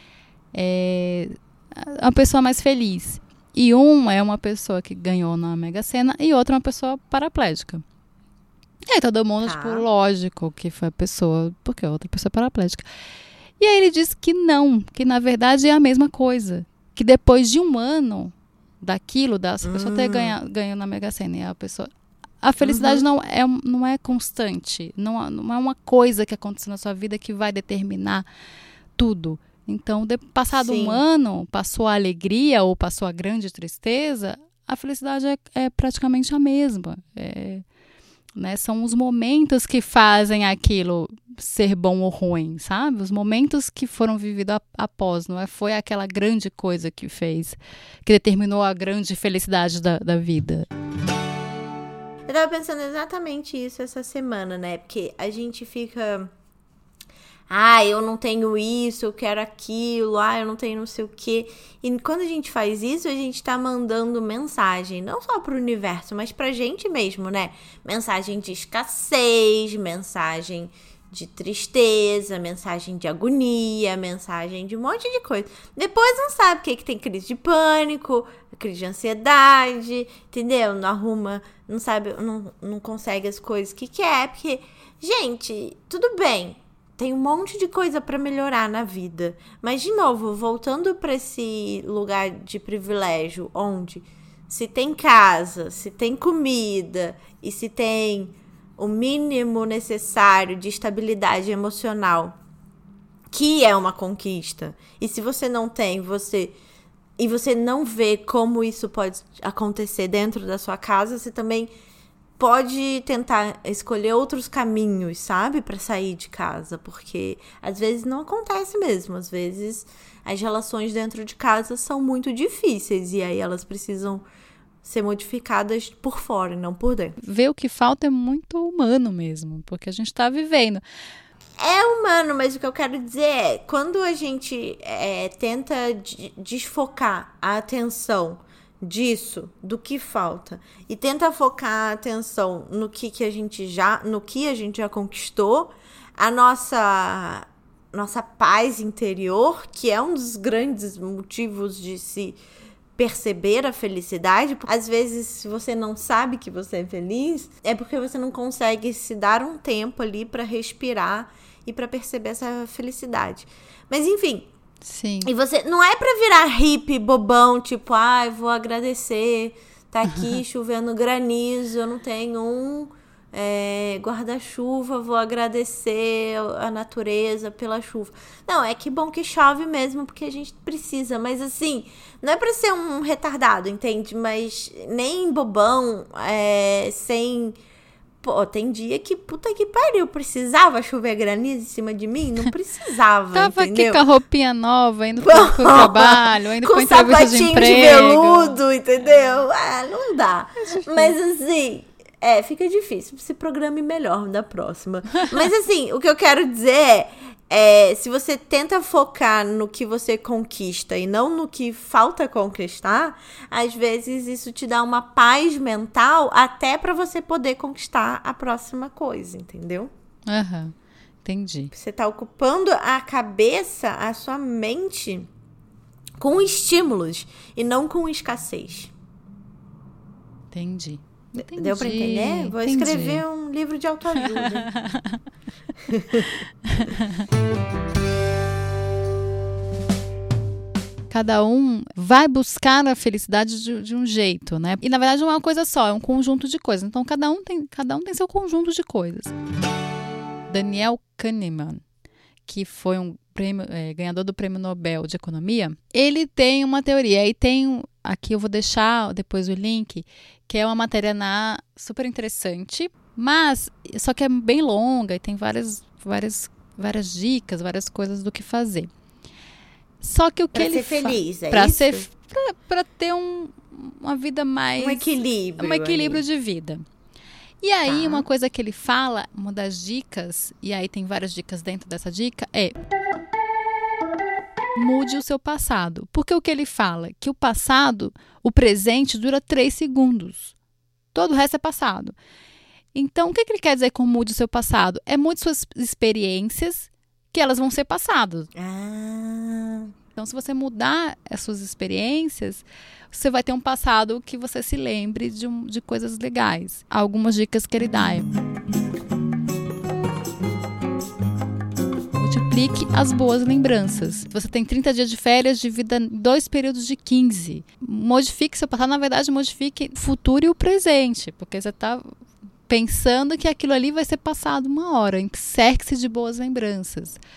é uma pessoa mais feliz. E um é uma pessoa que ganhou na Mega Sena e outra é uma pessoa paraplégica. E aí todo mundo, tá. tipo, lógico que foi a pessoa, porque a outra pessoa é paraplégica. E aí ele disse que não, que na verdade é a mesma coisa. Que depois de um ano daquilo, da hum. pessoa ter ganho, ganho na Mega Sena e a pessoa... A felicidade uhum. não, é, não é constante. Não, não é uma coisa que acontece na sua vida que vai determinar tudo. Então, de, passado Sim. um ano, passou a alegria ou passou a grande tristeza, a felicidade é, é praticamente a mesma. É, né? São os momentos que fazem aquilo ser bom ou ruim, sabe? Os momentos que foram vividos após, não é? Foi aquela grande coisa que fez, que determinou a grande felicidade da, da vida. Eu tava pensando exatamente isso essa semana, né? Porque a gente fica... Ah, eu não tenho isso, eu quero aquilo, ah, eu não tenho não sei o quê. E quando a gente faz isso, a gente tá mandando mensagem, não só pro universo, mas pra gente mesmo, né? Mensagem de escassez, mensagem de tristeza, mensagem de agonia, mensagem de um monte de coisa. Depois não sabe o que, que tem crise de pânico, crise de ansiedade, entendeu? Não arruma, não sabe, não, não consegue as coisas que quer, porque, gente, tudo bem. Tem um monte de coisa para melhorar na vida. Mas, de novo, voltando para esse lugar de privilégio, onde se tem casa, se tem comida e se tem o mínimo necessário de estabilidade emocional, que é uma conquista. E se você não tem, você... E você não vê como isso pode acontecer dentro da sua casa, você também... pode tentar escolher outros caminhos, sabe? Pra sair de casa, porque às vezes não acontece mesmo. Às vezes as relações dentro de casa são muito difíceis e aí elas precisam ser modificadas por fora e não por dentro. Ver o que falta é muito humano mesmo, porque a gente tá vivendo. É humano, mas o que eu quero dizer é, quando a gente é, tenta d- desfocar a atenção disso, do que falta, e tenta focar a atenção no que, que a gente já, no que a gente já conquistou, a nossa nossa paz interior, que é um dos grandes motivos de se perceber a felicidade. Às vezes, se você não sabe que você é feliz, é porque você não consegue se dar um tempo ali para respirar e para perceber essa felicidade. Mas enfim, sim. E você não é pra virar hippie bobão, tipo, ai, ah, vou agradecer, tá aqui chovendo granizo, eu não tenho um é, guarda-chuva, vou agradecer a natureza pela chuva. Não, é que bom que chove mesmo, porque a gente precisa, mas assim, não é pra ser um retardado, entende? Mas nem bobão, é, sem... Pô, tem dia que, puta que pariu, precisava chover granizo em cima de mim? Não precisava, Tava entendeu? aqui com a roupinha nova, indo pro, pro trabalho, indo com pra entrevista de emprego. De veludo, entendeu? Ah, não dá. Mas assim, é, fica difícil. Se programe melhor da próxima. Mas assim, o que eu quero dizer é, é, se você tenta focar no que você conquista e não no que falta conquistar, às vezes isso te dá uma paz mental até pra você poder conquistar a próxima coisa, entendeu? Aham, uhum, entendi. Você tá ocupando a cabeça, a sua mente com estímulos e não com escassez. Entendi. Entendi. Deu pra entender? Vou Entendi. escrever um livro de autoajuda. Cada um vai buscar a felicidade de, de um jeito, né? E na verdade não é uma coisa só, é um conjunto de coisas. Então cada um tem, cada um tem seu conjunto de coisas. Daniel Kahneman, que foi um prêmio, é, ganhador do Prêmio Nobel de Economia, ele tem uma teoria. E tem, aqui eu vou deixar depois o link, que é uma matéria na, super interessante, mas só que é bem longa e tem várias, várias, várias dicas, várias coisas do que fazer. Só que o que pra ele ser feliz, fa- é pra isso? ser pra, pra ter um, uma vida mais... Um equilíbrio. Um equilíbrio ali. de vida. E aí, Tá. uma coisa que ele fala, uma das dicas, e aí tem várias dicas dentro dessa dica, é... mude o seu passado. Porque o que ele fala? Que o passado, o presente, dura três segundos. Todo o resto é passado. Então, o que ele quer dizer com mude o seu passado? É mude suas experiências, que elas vão ser passadas. Ah... Então, se você mudar as suas experiências, você vai ter um passado que você se lembre de, um, de coisas legais. Algumas dicas que ele dá é... multiplique as boas lembranças. Você tem trinta dias de férias, divida em dois períodos de quinze. Modifique seu passado, na verdade, modifique o futuro e o presente, porque você está pensando que aquilo ali vai ser passado uma hora. Cerque-se de boas lembranças.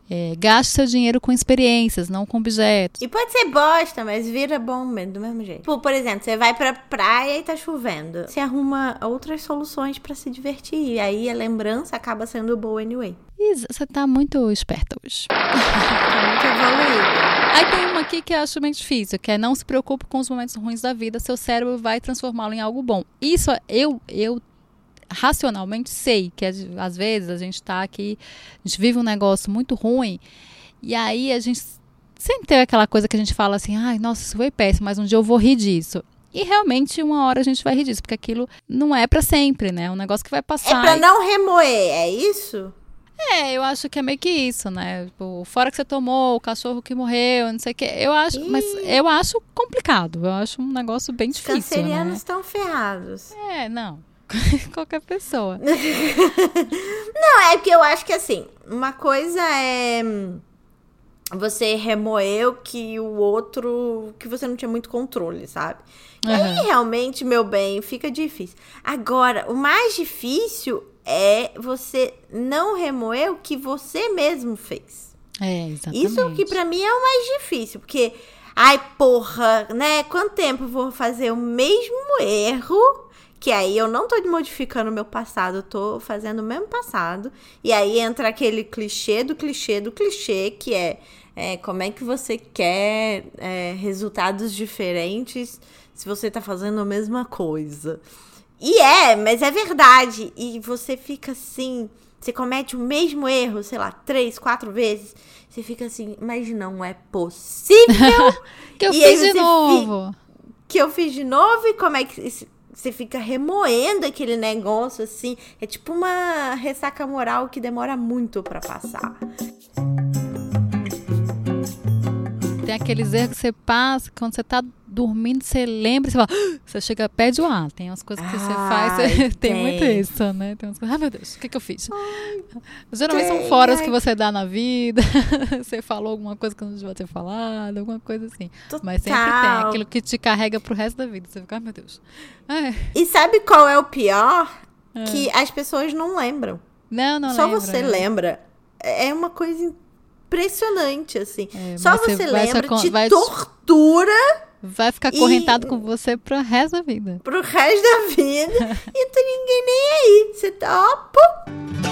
É, gaste seu dinheiro com experiências, não com objetos. E pode ser bosta, mas vira bom do mesmo jeito. Tipo, por exemplo, você vai pra praia e tá chovendo. Você arruma outras soluções pra se divertir. E aí a lembrança acaba sendo boa anyway. Você tá muito esperta hoje. Tá muito evoluída. Aí tem uma aqui que eu acho bem difícil, que é não se preocupe com os momentos ruins da vida, seu cérebro vai transformá-lo em algo bom. Isso eu, eu racionalmente sei que às vezes a gente tá aqui, a gente vive um negócio muito ruim, e aí a gente sempre tem aquela coisa que a gente fala assim, ai, nossa, isso foi péssimo, mas um dia eu vou rir disso. E realmente uma hora a gente vai rir disso, porque aquilo não é pra sempre, né? É um negócio que vai passar. É pra e... não remoer, é isso? É, eu acho que é meio que isso, né? Tipo, fora que você tomou, o cachorro que morreu, não sei o que. Eu acho, Ih. mas eu acho complicado. Eu acho um negócio bem Os difícil, cancerianos né? estão ferrados. É, não. Qualquer pessoa. Não, é porque eu acho que assim, uma coisa é você remoer o que o outro, que você não tinha muito controle, sabe? E aí, Uhum. realmente, meu bem, fica difícil. Agora, o mais difícil é você não remoer o que você mesmo fez. É, exatamente. Isso que pra mim é o mais difícil, porque, ai, porra, né? Quanto tempo eu vou fazer o mesmo erro? Que aí eu não tô modificando o meu passado, eu tô fazendo o mesmo passado. E aí entra aquele clichê do clichê do clichê, que é, é como é que você quer é, resultados diferentes se você tá fazendo a mesma coisa. E é, mas é verdade. E você fica assim, você comete o mesmo erro, sei lá, três, quatro vezes. Você fica assim, mas não é possível. que eu e aí fiz de você novo. Fica, que eu fiz de novo e como é que... Você fica remoendo aquele negócio, assim. É tipo uma ressaca moral que demora muito pra passar. Tem aqueles erros que você passa, quando você tá dormindo, você lembra, você fala, ah! Você chega, pede o ar. Tem umas coisas que Ai, você faz, você... tem. tem muito isso, né? Tem umas coisas, ai meu Deus, o que que eu fiz? Ai, Geralmente tem, são foras ai. que você dá na vida, você falou alguma coisa que não devia ter falado, alguma coisa assim. Total. Mas sempre tem aquilo que te carrega pro resto da vida. Você fica, ai meu Deus. Ai. E sabe qual é o pior? É. Que as pessoas não lembram. Não, não Só lembra, você né? lembra. É uma coisa impressionante, assim. É, Só você você vai lembra, se acon- te vai- tortura Vai ficar E- correntado com você pro resto da vida. pro resto da vida. E não tem ninguém nem aí. Você tá, ó, pum.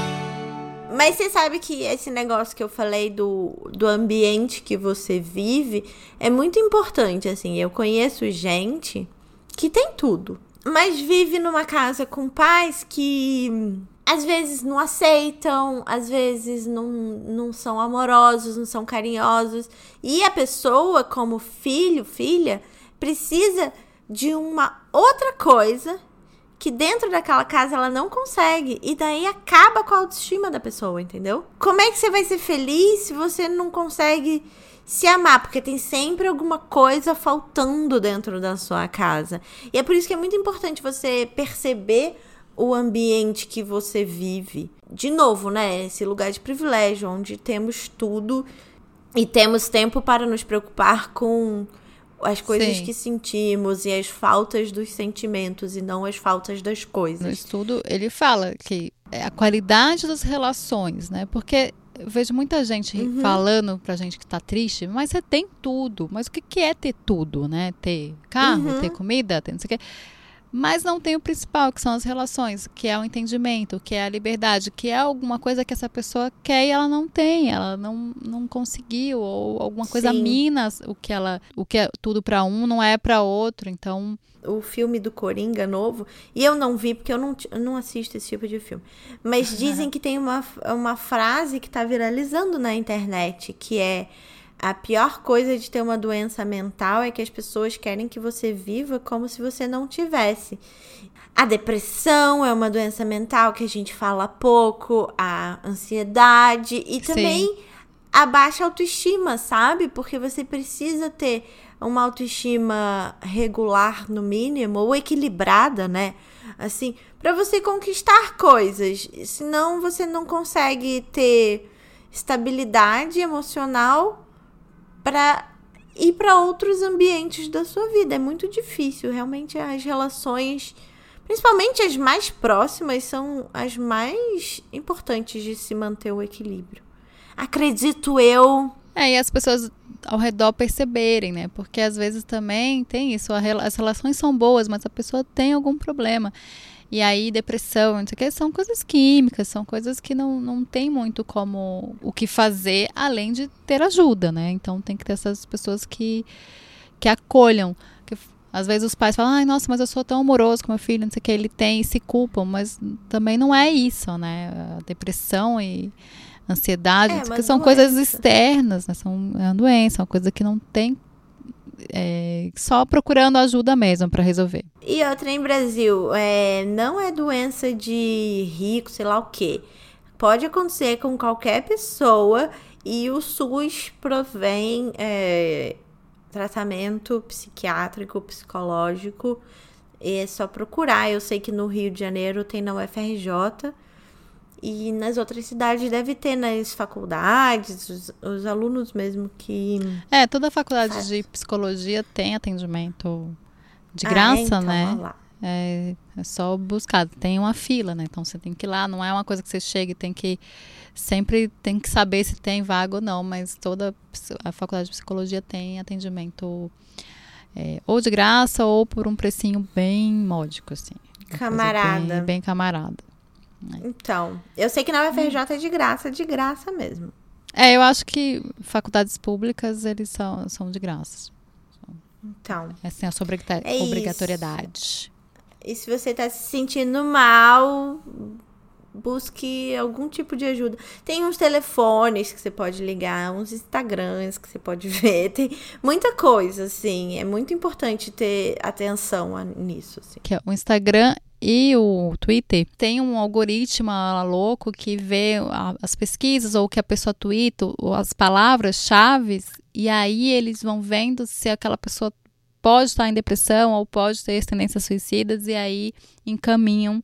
Mas você sabe que esse negócio que eu falei do, do ambiente que você vive é muito importante, assim. Eu conheço gente que tem tudo, mas vive numa casa com pais que às vezes não aceitam, às vezes não, não são amorosos, não são carinhosos. E a pessoa, como filho, filha, precisa de uma outra coisa que dentro daquela casa ela não consegue. E daí acaba com a autoestima da pessoa, entendeu? Como é que você vai ser feliz se você não consegue se amar? Porque tem sempre alguma coisa faltando dentro da sua casa. E é por isso que é muito importante você perceber o ambiente que você vive. De novo, né? Esse lugar de privilégio, onde temos tudo e temos tempo para nos preocupar com as coisas Sim. que sentimos e as faltas dos sentimentos e não as faltas das No coisas. estudo, ele fala que é a qualidade das relações, né? Porque eu vejo muita gente Uhum. falando pra gente que tá triste, mas você tem tudo. Mas o que que é ter tudo, né? Ter carro, Uhum. ter comida, ter não sei o quê. Mas não tem o principal, que são as relações, que é o entendimento, que é a liberdade, que é alguma coisa que essa pessoa quer e ela não tem, ela não, não conseguiu, ou alguma coisa Sim. mina o que ela, o que é tudo pra um não é pra outro, então O filme do Coringa novo, e eu não vi porque eu não, eu não assisto esse tipo de filme, mas dizem que tem uma, uma frase que tá viralizando na internet, que é: a pior coisa de ter uma doença mental é que as pessoas querem que você viva como se você não tivesse. A depressão é uma doença mental que a gente fala pouco, a ansiedade e também Sim. a baixa autoestima, sabe? Porque você precisa ter uma autoestima regular, no mínimo, ou equilibrada, né? Assim, pra você conquistar coisas. Senão você não consegue ter estabilidade emocional para ir para outros ambientes da sua vida. É muito difícil. Realmente as relações, principalmente as mais próximas, são as mais importantes de se manter o equilíbrio. acredito eu. É, e as pessoas ao redor perceberem, né? Porque às vezes também tem isso, a, as relações são boas, mas a pessoa tem algum problema. E aí, depressão, não sei o que, são coisas químicas, são coisas que não, não tem muito como o que fazer, além de ter ajuda, né? Então tem que ter essas pessoas que, que acolham. Que, às vezes os pais falam, ai, nossa, mas eu sou tão amoroso com meu filho, não sei o que, ele tem, e se culpam, mas também não é isso, né? A depressão e ansiedade, É, que uma são doença. coisas externas, né? São, é uma doença, uma coisa que não tem, é, só procurando ajuda mesmo para resolver. E outra em Brasil, é, não é doença de rico, sei lá o quê. Pode acontecer com qualquer pessoa e o SUS provém é, tratamento psiquiátrico, psicológico. É só procurar. Eu sei que no Rio de Janeiro tem na U F R J e nas outras cidades deve ter nas faculdades, os, os alunos mesmo que... É, toda faculdade faz. de psicologia tem atendimento de Ah, graça, é? Então, né? olha lá. É, é só buscar. Tem uma fila, né? Então você tem que ir lá. Não é uma coisa que você chega e tem que... Sempre tem que saber se tem vaga ou não. Mas toda a faculdade de psicologia tem atendimento é, ou de graça ou por um precinho bem módico, assim. Uma Camarada. Bem, bem camarada. Então, eu sei que na U F R J é de graça, de graça mesmo. É, eu acho que faculdades públicas, eles são, são de graça. Então, É assim, a sua obriga- É isso. obrigatoriedade. e se você tá se sentindo mal, busque algum tipo de ajuda. Tem uns telefones que você pode ligar, uns Instagrams que você pode ver. Tem muita coisa, assim. É muito importante ter atenção a- nisso, assim. Que é o Instagram e o Twitter tem um algoritmo lá louco que vê a- as pesquisas ou o que a pessoa twitta, ou as palavras-chave, e aí eles vão vendo se aquela pessoa pode estar em depressão ou pode ter tendências suicidas, e aí encaminham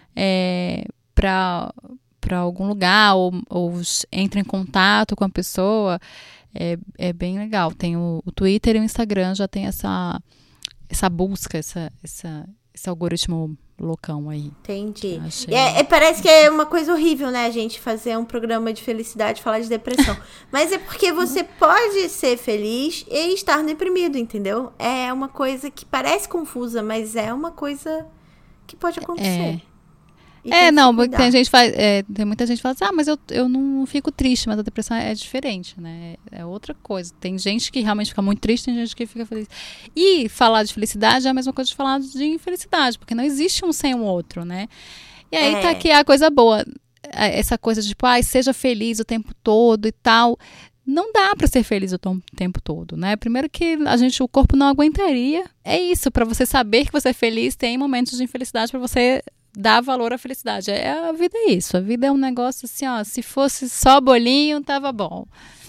é, para para algum lugar ou, ou entram em contato com a pessoa. É, é bem legal. Tem o, o Twitter e o Instagram já tem essa, essa busca, essa, essa, esse algoritmo loucão aí. Entendi. Achei. É, é, parece que é uma coisa horrível, né, a gente fazer um programa de felicidade e falar de depressão. Mas é porque você pode ser feliz e estar deprimido, entendeu? É uma coisa que parece confusa, mas é uma coisa que pode acontecer. E tem É, que não, se porque cuidar. tem, gente faz, é, tem muita gente que fala assim, ah, mas eu, eu não fico triste, mas a depressão é diferente, né? É outra coisa. Tem gente que realmente fica muito triste, tem gente que fica feliz. E falar de felicidade é a mesma coisa de falar de infelicidade, porque não existe um sem o outro, né? E aí É. tá aqui a coisa boa. Essa coisa de, tipo, ah, seja feliz o tempo todo e tal. Não dá pra ser feliz o tom- tempo todo, né? Primeiro que a gente, o corpo não aguentaria. É isso, pra você saber que você é feliz, tem momentos de infelicidade pra você dar valor à felicidade. É, a vida é isso. A vida é um negócio assim, ó. Se fosse só bolinho, tava bom.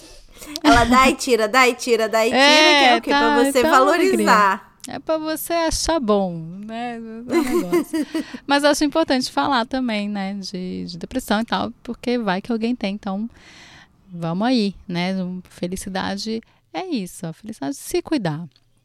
Ela dá e tira, dá e tira, dá e tira, É, que é o quê? tá, Pra você tá uma valorizar. É pra você achar bom, né? É um negócio. Mas eu acho importante falar também, né? De, de depressão e tal, porque vai que alguém tem. Então, vamos aí, né? Felicidade é isso. A felicidade é se cuidar.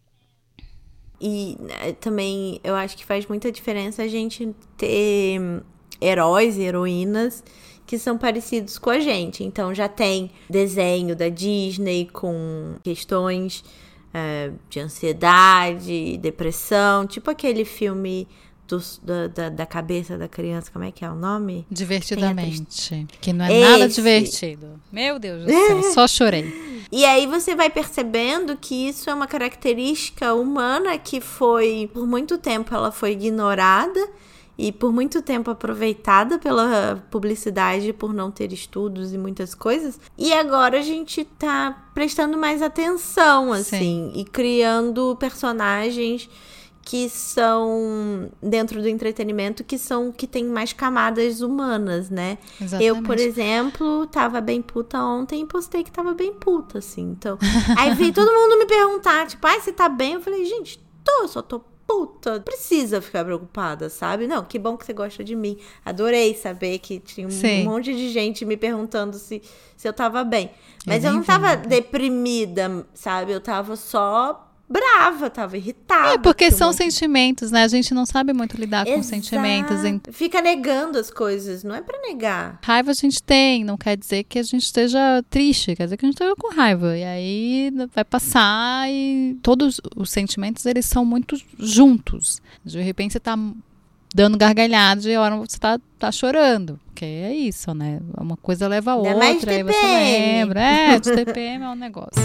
E né, também eu acho que faz muita diferença a gente ter heróis e heroínas que são parecidos com a gente. Então já tem desenho da Disney com questões é, de ansiedade, depressão, tipo aquele filme do, da, da, da cabeça da criança, como é que é o nome? Divertidamente. Que não é nada Esse. divertido. Meu Deus do céu, só chorei. E aí você vai percebendo que isso é uma característica humana que foi, por muito tempo, ela foi ignorada e por muito tempo aproveitada pela publicidade por não ter estudos e muitas coisas. E agora a gente tá prestando mais atenção, assim, Sim. e criando personagens que são, dentro do entretenimento, que são, que tem mais camadas humanas, né? Exatamente. Eu, por exemplo, tava bem puta ontem e postei que tava bem puta, assim, então... Aí veio todo mundo me perguntar, tipo, ai, você tá bem? Eu falei, gente, tô, eu só tô puta, precisa ficar preocupada, sabe? Não, que bom que você gosta de mim. Adorei saber que tinha um Sim. monte de gente me perguntando se, se eu tava bem. Mas Eu eu, nem não tava vi. deprimida, sabe? Eu tava só brava, tava irritada. É, porque são monte... sentimentos, né? A gente não sabe muito lidar Exato. com sentimentos. Fica negando as coisas, não é pra negar. Raiva a gente tem, não quer dizer que a gente esteja triste, quer dizer que a gente esteja com raiva. E aí vai passar e todos os sentimentos, eles são muito juntos. De repente você tá dando gargalhada e a hora você tá, tá chorando. Porque é isso, né? Uma coisa leva a outra, mais aí você lembra. É, de T P M é um negócio.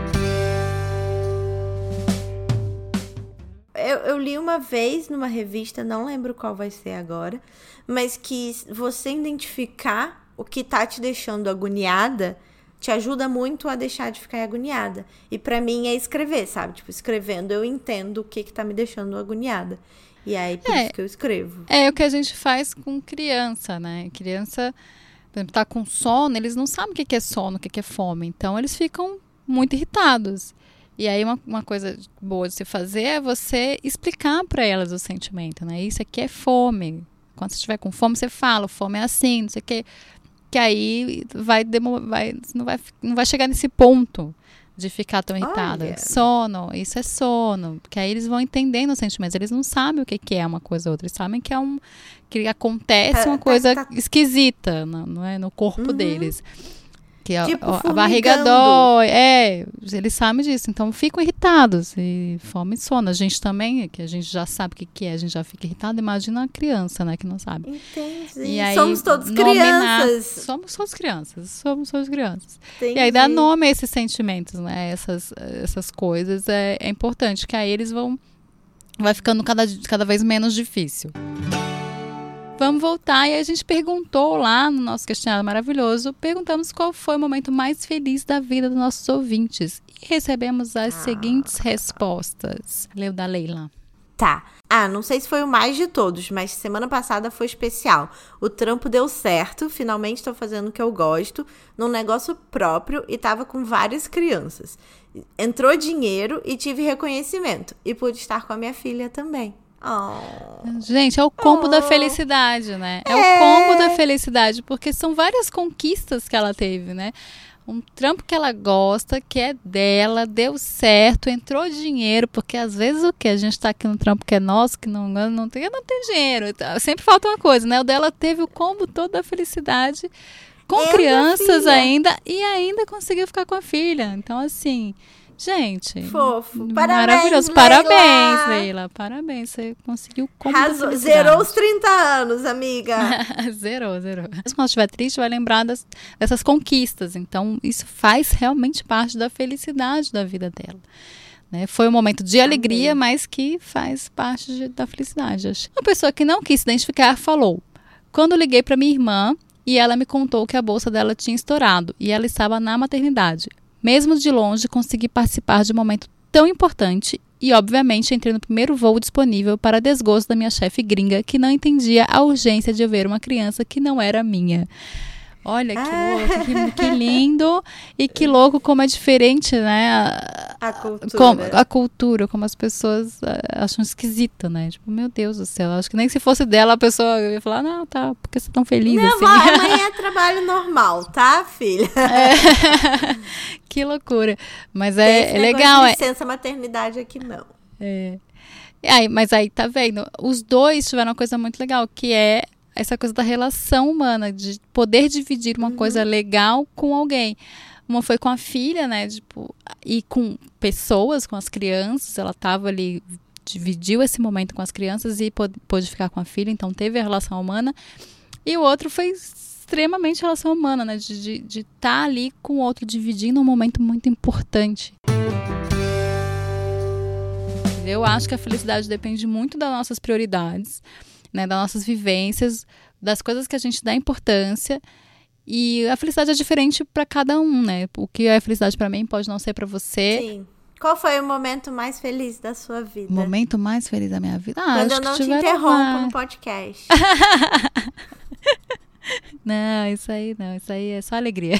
Eu, eu li uma vez numa revista, não lembro qual vai ser agora, mas que você identificar o que tá te deixando agoniada te ajuda muito a deixar de ficar agoniada. E pra mim é escrever, sabe? Tipo, escrevendo eu entendo o que que tá me deixando agoniada. E aí, por é, isso que eu escrevo. É o que a gente faz com criança, né? Criança, por exemplo, tá com sono, eles não sabem o que que é sono, o que que é fome. Então, eles ficam muito irritados. E aí, uma, uma coisa boa de se fazer é você explicar para elas o sentimento, né? Isso aqui é fome. Quando você estiver com fome, você fala, fome é assim, não sei o quê. Que aí vai, demo, vai, não, vai, não vai chegar nesse ponto de ficar tão irritada. Olha. Sono, isso é sono. Porque aí eles vão entendendo os sentimentos. Eles não sabem o que, que é uma coisa ou outra. Eles sabem que é um que acontece uma coisa tá, tá. esquisita no, não é, no corpo uhum. deles. Que a, tipo, a, a barriga dói, é, eles sabem disso, então ficam irritados, e fome e sono, a gente também, que a gente já sabe o que, que é, a gente já fica irritado, imagina a criança, né, que não sabe. Entendi, e aí, somos todos nominar, crianças. Somos todos crianças, somos todos crianças. Entendi. E aí dar nome a esses sentimentos, né, essas, essas coisas, é, é importante, que aí eles vão, vai ficando cada, cada vez menos difícil. Vamos voltar, e a gente perguntou lá no nosso questionário maravilhoso, perguntamos qual foi o momento mais feliz da vida dos nossos ouvintes. E recebemos as ah. seguintes respostas. Leu da Leila. Tá. Ah, não sei se foi o mais de todos, mas semana passada foi especial. O trampo deu certo, finalmente estou fazendo o que eu gosto, num negócio próprio e tava com várias crianças. Entrou dinheiro e tive reconhecimento. E pude estar com a minha filha também. Oh. Gente, é o combo oh. da felicidade, né? É, é o combo da felicidade, porque são várias conquistas que ela teve, né? Um trampo que ela gosta, que é dela, deu certo, entrou dinheiro, porque às vezes o que? A gente tá aqui no trampo que é nosso, que não, não, tem, não tem dinheiro. Sempre falta uma coisa, né? O dela teve o combo todo da felicidade, com é crianças ainda, e ainda conseguiu ficar com a filha. Então, assim... Gente, fofo. Maravilhoso. Parabéns, Parabéns, Leila. Parabéns. Você conseguiu como zerou os trinta anos, amiga. zerou, zerou. Mas quando estiver triste, vai lembrar das, dessas conquistas. Então, isso faz realmente parte da felicidade da vida dela. Né? Foi um momento de alegria, Amém. Mas que faz parte de, da felicidade. Uma pessoa que não quis se identificar falou: quando liguei para minha irmã e ela me contou que a bolsa dela tinha estourado e ela estava na maternidade. Mesmo de longe, consegui participar de um momento tão importante e, obviamente, entrei no primeiro voo disponível para desgosto da minha chefe gringa, que não entendia a urgência de eu ver uma criança que não era minha. Olha que ah. louco, que, que lindo e que louco como é diferente, né? A, a cultura. Como, a cultura, como as pessoas acham esquisita, né? Tipo, meu Deus do céu, acho que nem se fosse dela a pessoa ia falar, não, tá, porque você é tão feliz não, assim. Não, amanhã é trabalho normal, tá, filha? É. Que loucura. Mas é, é legal. De licença é... maternidade aqui não. É. Aí, mas aí, tá vendo? Os dois tiveram uma coisa muito legal, que é essa coisa da relação humana, de poder dividir uma uhum. coisa legal com alguém. Uma foi com a filha, né? Tipo, e com pessoas, com as crianças. Ela estava ali, dividiu esse momento com as crianças e pôde, pôde ficar com a filha. Então, teve a relação humana. E o outro foi extremamente relação humana, né? De estar tá ali com o outro, dividindo um momento muito importante. Eu acho que a felicidade depende muito das nossas prioridades, né, das nossas vivências, das coisas que a gente dá importância, e a felicidade é diferente para cada um, né? O que é felicidade para mim pode não ser para você. Sim. Qual foi o momento mais feliz da sua vida? O momento mais feliz da minha vida? Ah, Quando acho eu não que te interrompo uma... no podcast. Não, isso aí não, isso aí é só alegria.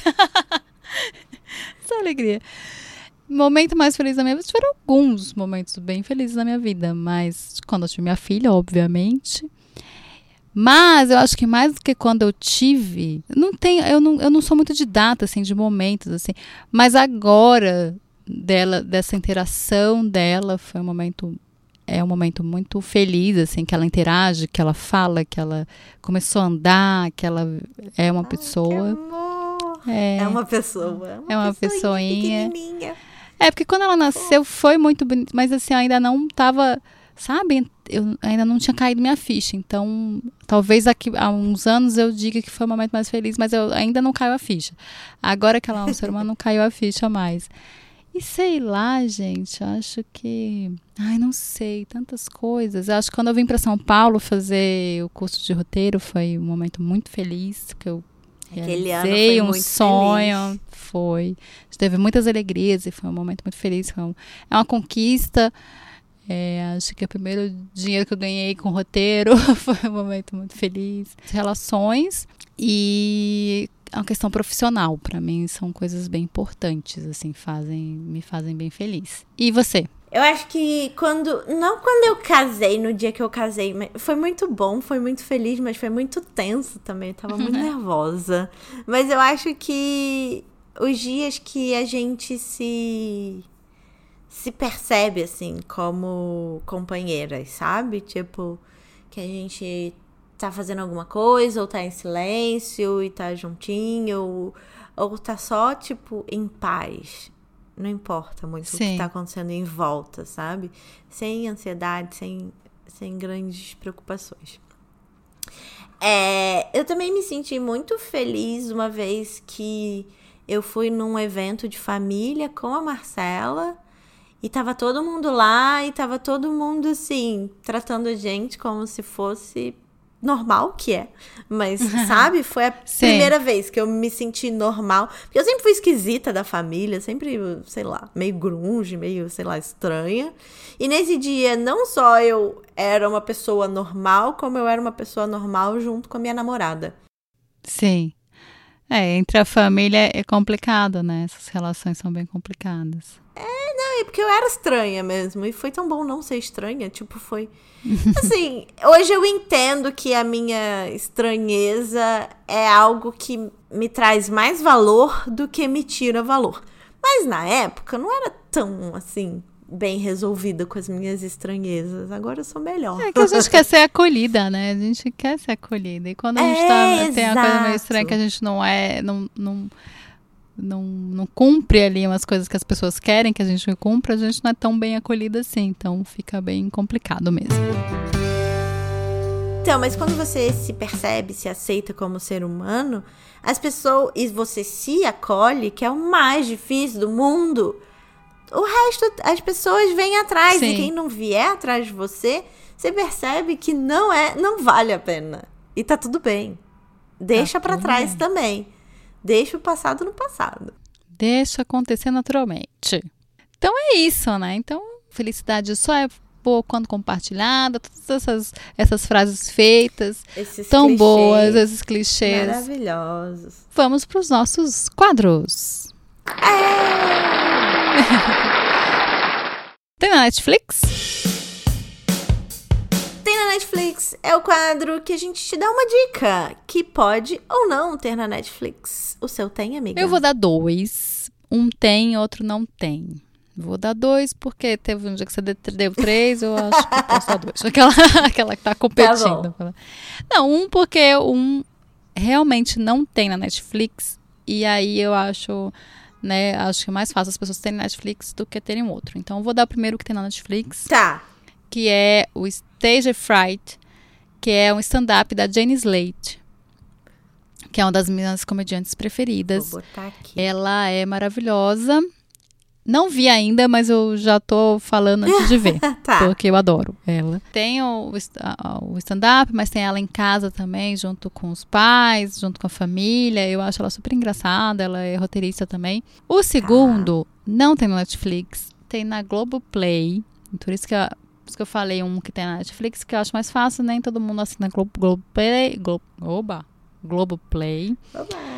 Só alegria. Momento mais feliz da minha vida, tiveram alguns momentos bem felizes na minha vida, mas quando eu tive minha filha, obviamente. Mas eu acho que mais do que quando eu tive, não tem, eu, não, eu não sou muito de data, assim, de momentos, assim, mas agora, dela, dessa interação dela, foi um momento, é um momento muito feliz, assim, que ela interage, que ela fala, que ela começou a andar, que ela é uma Ai, pessoa. Que amor. É, É uma pessoa. é uma pessoinha. pessoinha. É, porque quando ela nasceu foi muito bonito, mas assim, eu ainda não tava, sabe, eu ainda não tinha caído minha ficha, então talvez aqui, há uns anos eu diga que foi o momento mais feliz, mas eu ainda não caiu a ficha. Agora que ela é um ser humano, não caiu a ficha mais. E sei lá, gente, acho que, ai, não sei, tantas coisas. Eu acho que quando eu vim para São Paulo fazer o curso de roteiro, foi um momento muito feliz, porque eu Aquele ano realizei foi um muito sonho, feliz. foi. Teve muitas alegrias e foi um momento muito feliz. Foi um, é uma conquista. É, acho que o primeiro dinheiro que eu ganhei com roteiro foi um momento muito feliz. Relações e a questão profissional, para mim, são coisas bem importantes, assim, fazem, me fazem bem feliz. E você? Eu acho que quando... Não quando eu casei, no dia que eu casei, mas foi muito bom, foi muito feliz, mas foi muito tenso também. Eu tava muito nervosa. Mas eu acho que os dias que a gente se... se percebe, assim, como companheiras, sabe? Tipo, que a gente tá fazendo alguma coisa, ou tá em silêncio, e tá juntinho, ou, ou tá só, tipo, em paz. Não importa muito Sim. o que tá acontecendo em volta, sabe? Sem ansiedade, sem, sem grandes preocupações. É, eu também me senti muito feliz uma vez que eu fui num evento de família com a Marcela e tava todo mundo lá e tava todo mundo, assim, tratando a gente como se fosse normal, que é. Mas, sabe? Foi a Sim. primeira vez que eu me senti normal. Porque eu sempre fui esquisita da família, sempre, sei lá, meio grunge, meio, sei lá, estranha. E nesse dia, não só eu era uma pessoa normal, como eu era uma pessoa normal junto com a minha namorada. Sim. É, entre a família é complicado, né? Essas relações são bem complicadas. É, porque eu era estranha mesmo. E foi tão bom não ser estranha. Tipo, foi... Assim, hoje eu entendo que a minha estranheza é algo que me traz mais valor do que me tira valor. Mas na época, eu não era tão, assim, bem resolvida com as minhas estranhezas. Agora eu sou melhor. É que a gente quer ser acolhida, né? A gente quer ser acolhida. E quando a gente É, tá, tem a coisa meio exato. estranha que a gente não é... Não, não, não, não cumpre ali umas coisas que as pessoas querem que a gente cumpra, a gente não é tão bem acolhida assim. Então fica bem complicado mesmo. Então, mas quando você se percebe, se aceita como ser humano, as pessoas... E você se acolhe, que é o mais difícil do mundo... O resto, as pessoas vêm atrás. Sim. E quem não vier atrás de você, você percebe que não é, não vale a pena. E tá tudo bem. Deixa Tá pra tudo trás bem. também. Deixa o passado no passado. Deixa acontecer naturalmente. Então é isso, né? Então, felicidade só é boa quando compartilhada. Todas essas, essas frases feitas, Esses tão clichês boas, esses clichês. maravilhosos. Vamos para os nossos quadros. É! Tem na Netflix? Tem na Netflix. É o quadro que a gente te dá uma dica que pode ou não ter na Netflix. O seu tem, amiga? Eu vou dar dois. Um tem, outro não tem. Vou dar dois, porque teve um dia que você deu três, eu acho que eu posso dar dois. Aquela, aquela que tá competindo. Tá Não, um porque um realmente não tem na Netflix. E aí eu acho, né, acho que é mais fácil as pessoas terem Netflix do que terem outro. Então eu vou dar o primeiro que tem na Netflix. Tá. Que é o Stage Fright, que é um stand-up da Jenny Slate, que é uma das minhas comediantes preferidas. Vou botar aqui. Ela é maravilhosa. Não vi ainda, mas eu já tô falando antes de ver, Tá. porque eu adoro ela. Tem o, o stand-up, mas tem ela em casa também, junto com os pais, junto com a família. Eu acho ela super engraçada, ela é roteirista também. O segundo Tá. não tem na Netflix, tem na Globoplay. Por isso que eu, por isso que eu falei um que tem na Netflix, que eu acho mais fácil, nem todo mundo assina Globo, Globoplay. Globo, oba! Globoplay. Oba.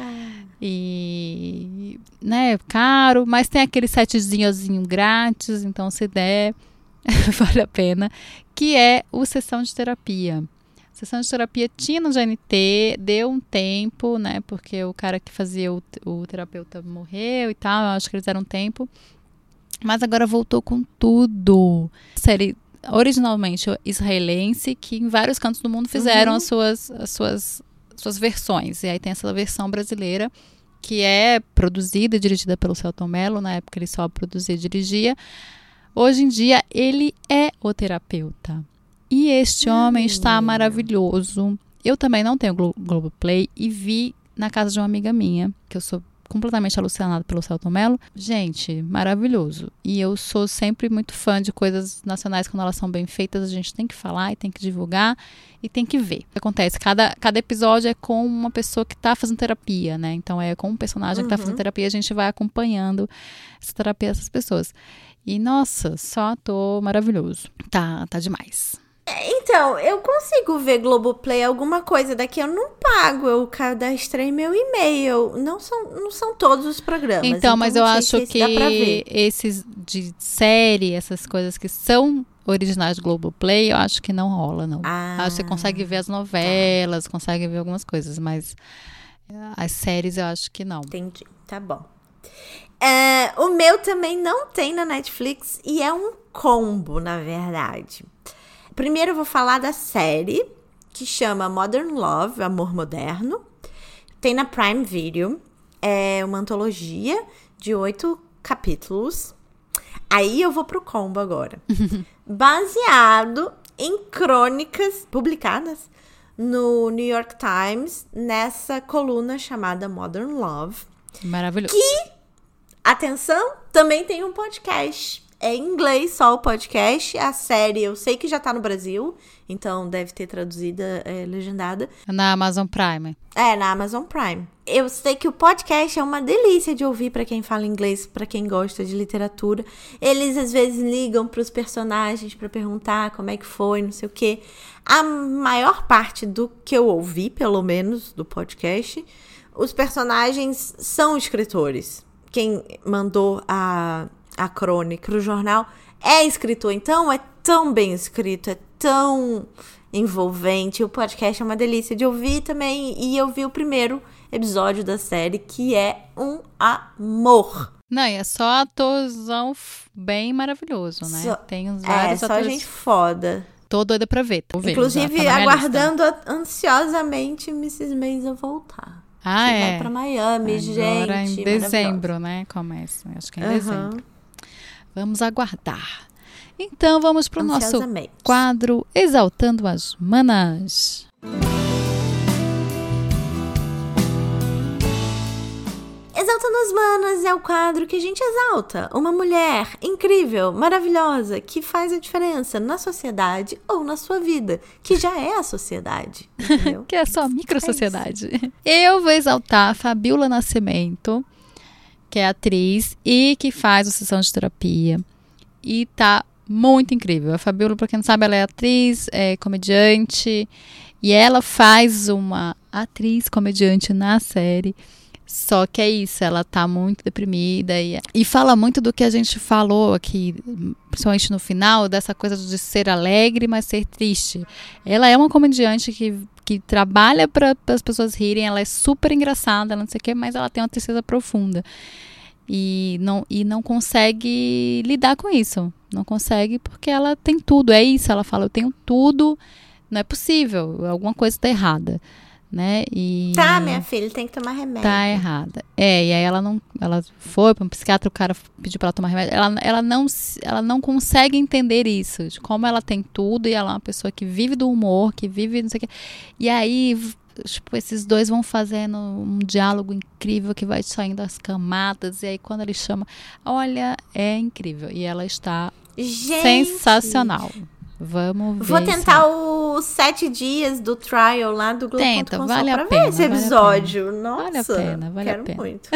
E, né, caro, mas tem aquele sitezinhozinho grátis, então se der, vale a pena, que é o Sessão de Terapia. Sessão de Terapia tinha no G N T, deu um tempo, né, porque o cara que fazia o, o terapeuta morreu e tal, eu acho que eles deram um tempo. Mas agora voltou com tudo. Série originalmente israelense, que em vários cantos do mundo fizeram uhum. as, suas, as suas, suas versões. E aí tem essa versão brasileira, que é produzida e dirigida pelo Selton Mello. Na época ele só produzia e dirigia. Hoje em dia ele é o terapeuta. E este hum. homem está maravilhoso. Eu também não tenho Glo- Globoplay e vi na casa de uma amiga minha, que eu sou completamente alucinada pelo Selton Mello. Gente, maravilhoso. E eu sou sempre muito fã de coisas nacionais quando elas são bem feitas. A gente tem que falar e tem que divulgar e tem que ver. O que acontece? Cada, cada episódio é com uma pessoa que está fazendo terapia, né? Então é com um personagem uhum. que está fazendo terapia, a gente vai acompanhando essa terapia dessas pessoas. E, nossa, só ator maravilhoso. Tá, tá demais. Então, eu consigo ver Globoplay, alguma coisa daqui, eu não pago, eu cadastrei meu e-mail, não são, não são todos os programas. Então, então mas eu acho que esses de série, essas coisas que são originais do Globoplay, eu acho que não rola, não. Ah, acho que você consegue ver as novelas, tá. consegue ver algumas coisas, mas as séries eu acho que não. Entendi, tá bom. É, o meu também não tem na Netflix e é um combo, na verdade. Primeiro eu vou falar da série, que chama Modern Love, Amor Moderno. Tem na Prime Video. É uma antologia de oito capítulos. Aí eu vou pro combo agora. Baseado em crônicas publicadas no New York Times, nessa coluna chamada Modern Love. Maravilhoso. Que, atenção, também tem um podcast. É em inglês só o podcast. A série eu sei que já tá no Brasil, então deve ter traduzida, é, legendada. Na Amazon Prime. É, na Amazon Prime. Eu sei que o podcast é uma delícia de ouvir pra quem fala inglês, pra quem gosta de literatura. Eles às vezes ligam pros personagens pra perguntar como é que foi, não sei o quê. A maior parte do que eu ouvi, pelo menos, do podcast, os personagens são escritores. Quem mandou a... a crônica pro jornal é escritor, então é tão bem escrito, é tão envolvente. O podcast é uma delícia de ouvir também, e eu vi o primeiro episódio da série, que é um amor. Não, e é só atorzão bem maravilhoso, né? Só, tem uns vários é, atores... só gente foda. Tô doida pra ver. Tô vendo, inclusive, tá aguardando lista. ansiosamente missus Maisel voltar. Ah, que é? Vai pra Miami, Agora gente. Agora em dezembro, né? Começa. Acho que é em uhum. dezembro. Vamos aguardar. Então, vamos para o nosso quadro Exaltando as Manas. Exaltando as Manas é o quadro que a gente exalta uma mulher incrível, maravilhosa, que faz a diferença na sociedade ou na sua vida, que já é a sociedade, entendeu? Que é só a microsociedade. É Eu vou exaltar a Fabiola Nascimento, que é atriz e que faz o Sessão de Terapia. E tá muito incrível. A Fabiola, pra quem não sabe, ela é atriz, é comediante. E ela faz uma atriz comediante na série. Só que é isso, ela tá muito deprimida. E, e fala muito do que a gente falou aqui, principalmente no final, dessa coisa de ser alegre, mas ser triste. Ela é uma comediante que, que trabalha para as pessoas rirem. Ela é super engraçada, ela não sei o quê, mas ela tem uma tristeza profunda. E não, e não consegue lidar com isso. Não consegue porque ela tem tudo. É isso, ela fala, eu tenho tudo, não é possível, alguma coisa está errada. Né? E tá, minha filha, tem que tomar remédio. Tá errada. É, e aí ela não, ela foi para um psiquiatra, o cara pediu para ela tomar remédio. Ela, ela, não, ela não consegue entender isso, de como ela tem tudo e ela é uma pessoa que vive do humor, que vive não sei o quê. E aí, tipo, esses dois vão fazendo um diálogo incrível que vai saindo as camadas. E aí, quando ele chama, olha, é incrível. E ela está Gente. sensacional. Vamos ver. Vou tentar os sete dias do trial lá do Globo ponto com vale pra a pena, ver esse episódio. Vale Nossa, vale a pena, vale quero a pena. muito.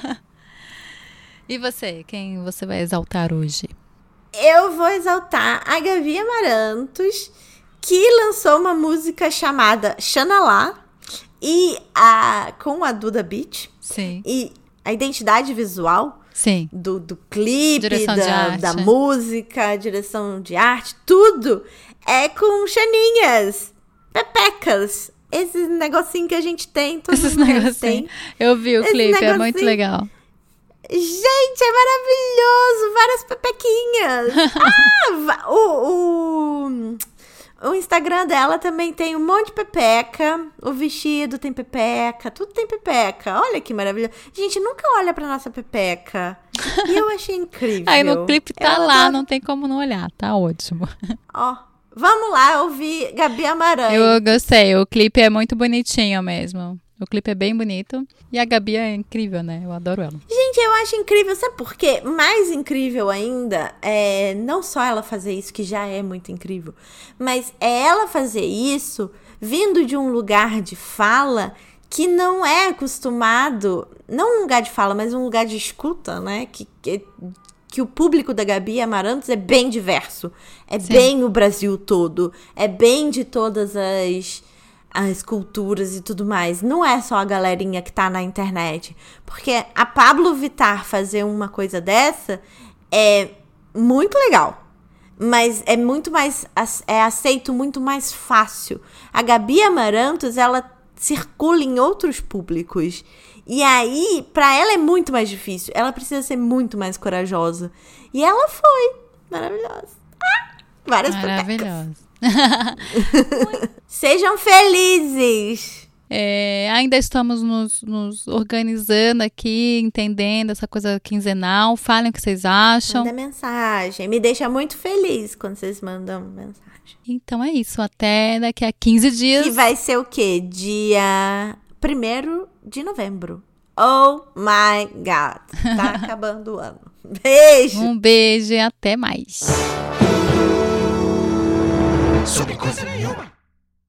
E você? Quem você vai exaltar hoje? Eu vou exaltar a Gabi Amarantos, que lançou uma música chamada Xanalá, e a, com a Duda Beat. Sim. E a identidade visual Sim. Do, do clipe, direção da, da música, direção de arte, tudo é com xaninhas, pepecas, esses negocinho que a gente tem, todos esses negocinhos tem. Eu vi o Esse clipe, é muito legal. Gente, é maravilhoso! Várias pepequinhas! Ah, o, o, o Instagram dela também tem um monte de pepeca. O vestido tem pepeca, tudo tem pepeca. Olha que maravilhoso. Gente, nunca olha pra nossa pepeca. E eu achei incrível. Aí no clipe tá eu lá, adoro... não tem como não olhar. Tá ótimo. Ó, vamos lá ouvir Gabi Amarantos. Eu gostei, o clipe é muito bonitinho mesmo. O clipe é bem bonito. E a Gabi é incrível, né? Eu adoro ela. Gente, eu acho incrível. Sabe por quê? Mais incrível ainda é não só ela fazer isso, que já é muito incrível, mas é ela fazer isso vindo de um lugar de fala que não é acostumado, não um lugar de fala, mas um lugar de escuta, né? Que, que, que o público da Gabi Amarantos é bem diverso. É Sim. bem o Brasil todo. É bem de todas as... as culturas e tudo mais. Não é só a galerinha que tá na internet. Porque a Pabllo Vittar fazer uma coisa dessa é muito legal. Mas é muito mais... é aceito muito mais fácil. A Gabi Amarantos, ela circula em outros públicos. E aí, pra ela é muito mais difícil. Ela precisa ser muito mais corajosa. E ela foi. Maravilhosa. Ah, várias Maravilhosa. Sejam felizes! É, ainda estamos nos, nos organizando aqui, entendendo essa coisa quinzenal. Falem o que vocês acham. Manda mensagem. Me deixa muito feliz quando vocês mandam mensagem. Então é isso. Até daqui a quinze dias. Que vai ser o quê? Dia primeiro de novembro. Oh my God. Tá acabando o ano. Beijo! Um beijo e até mais. Sobre coisa nenhuma.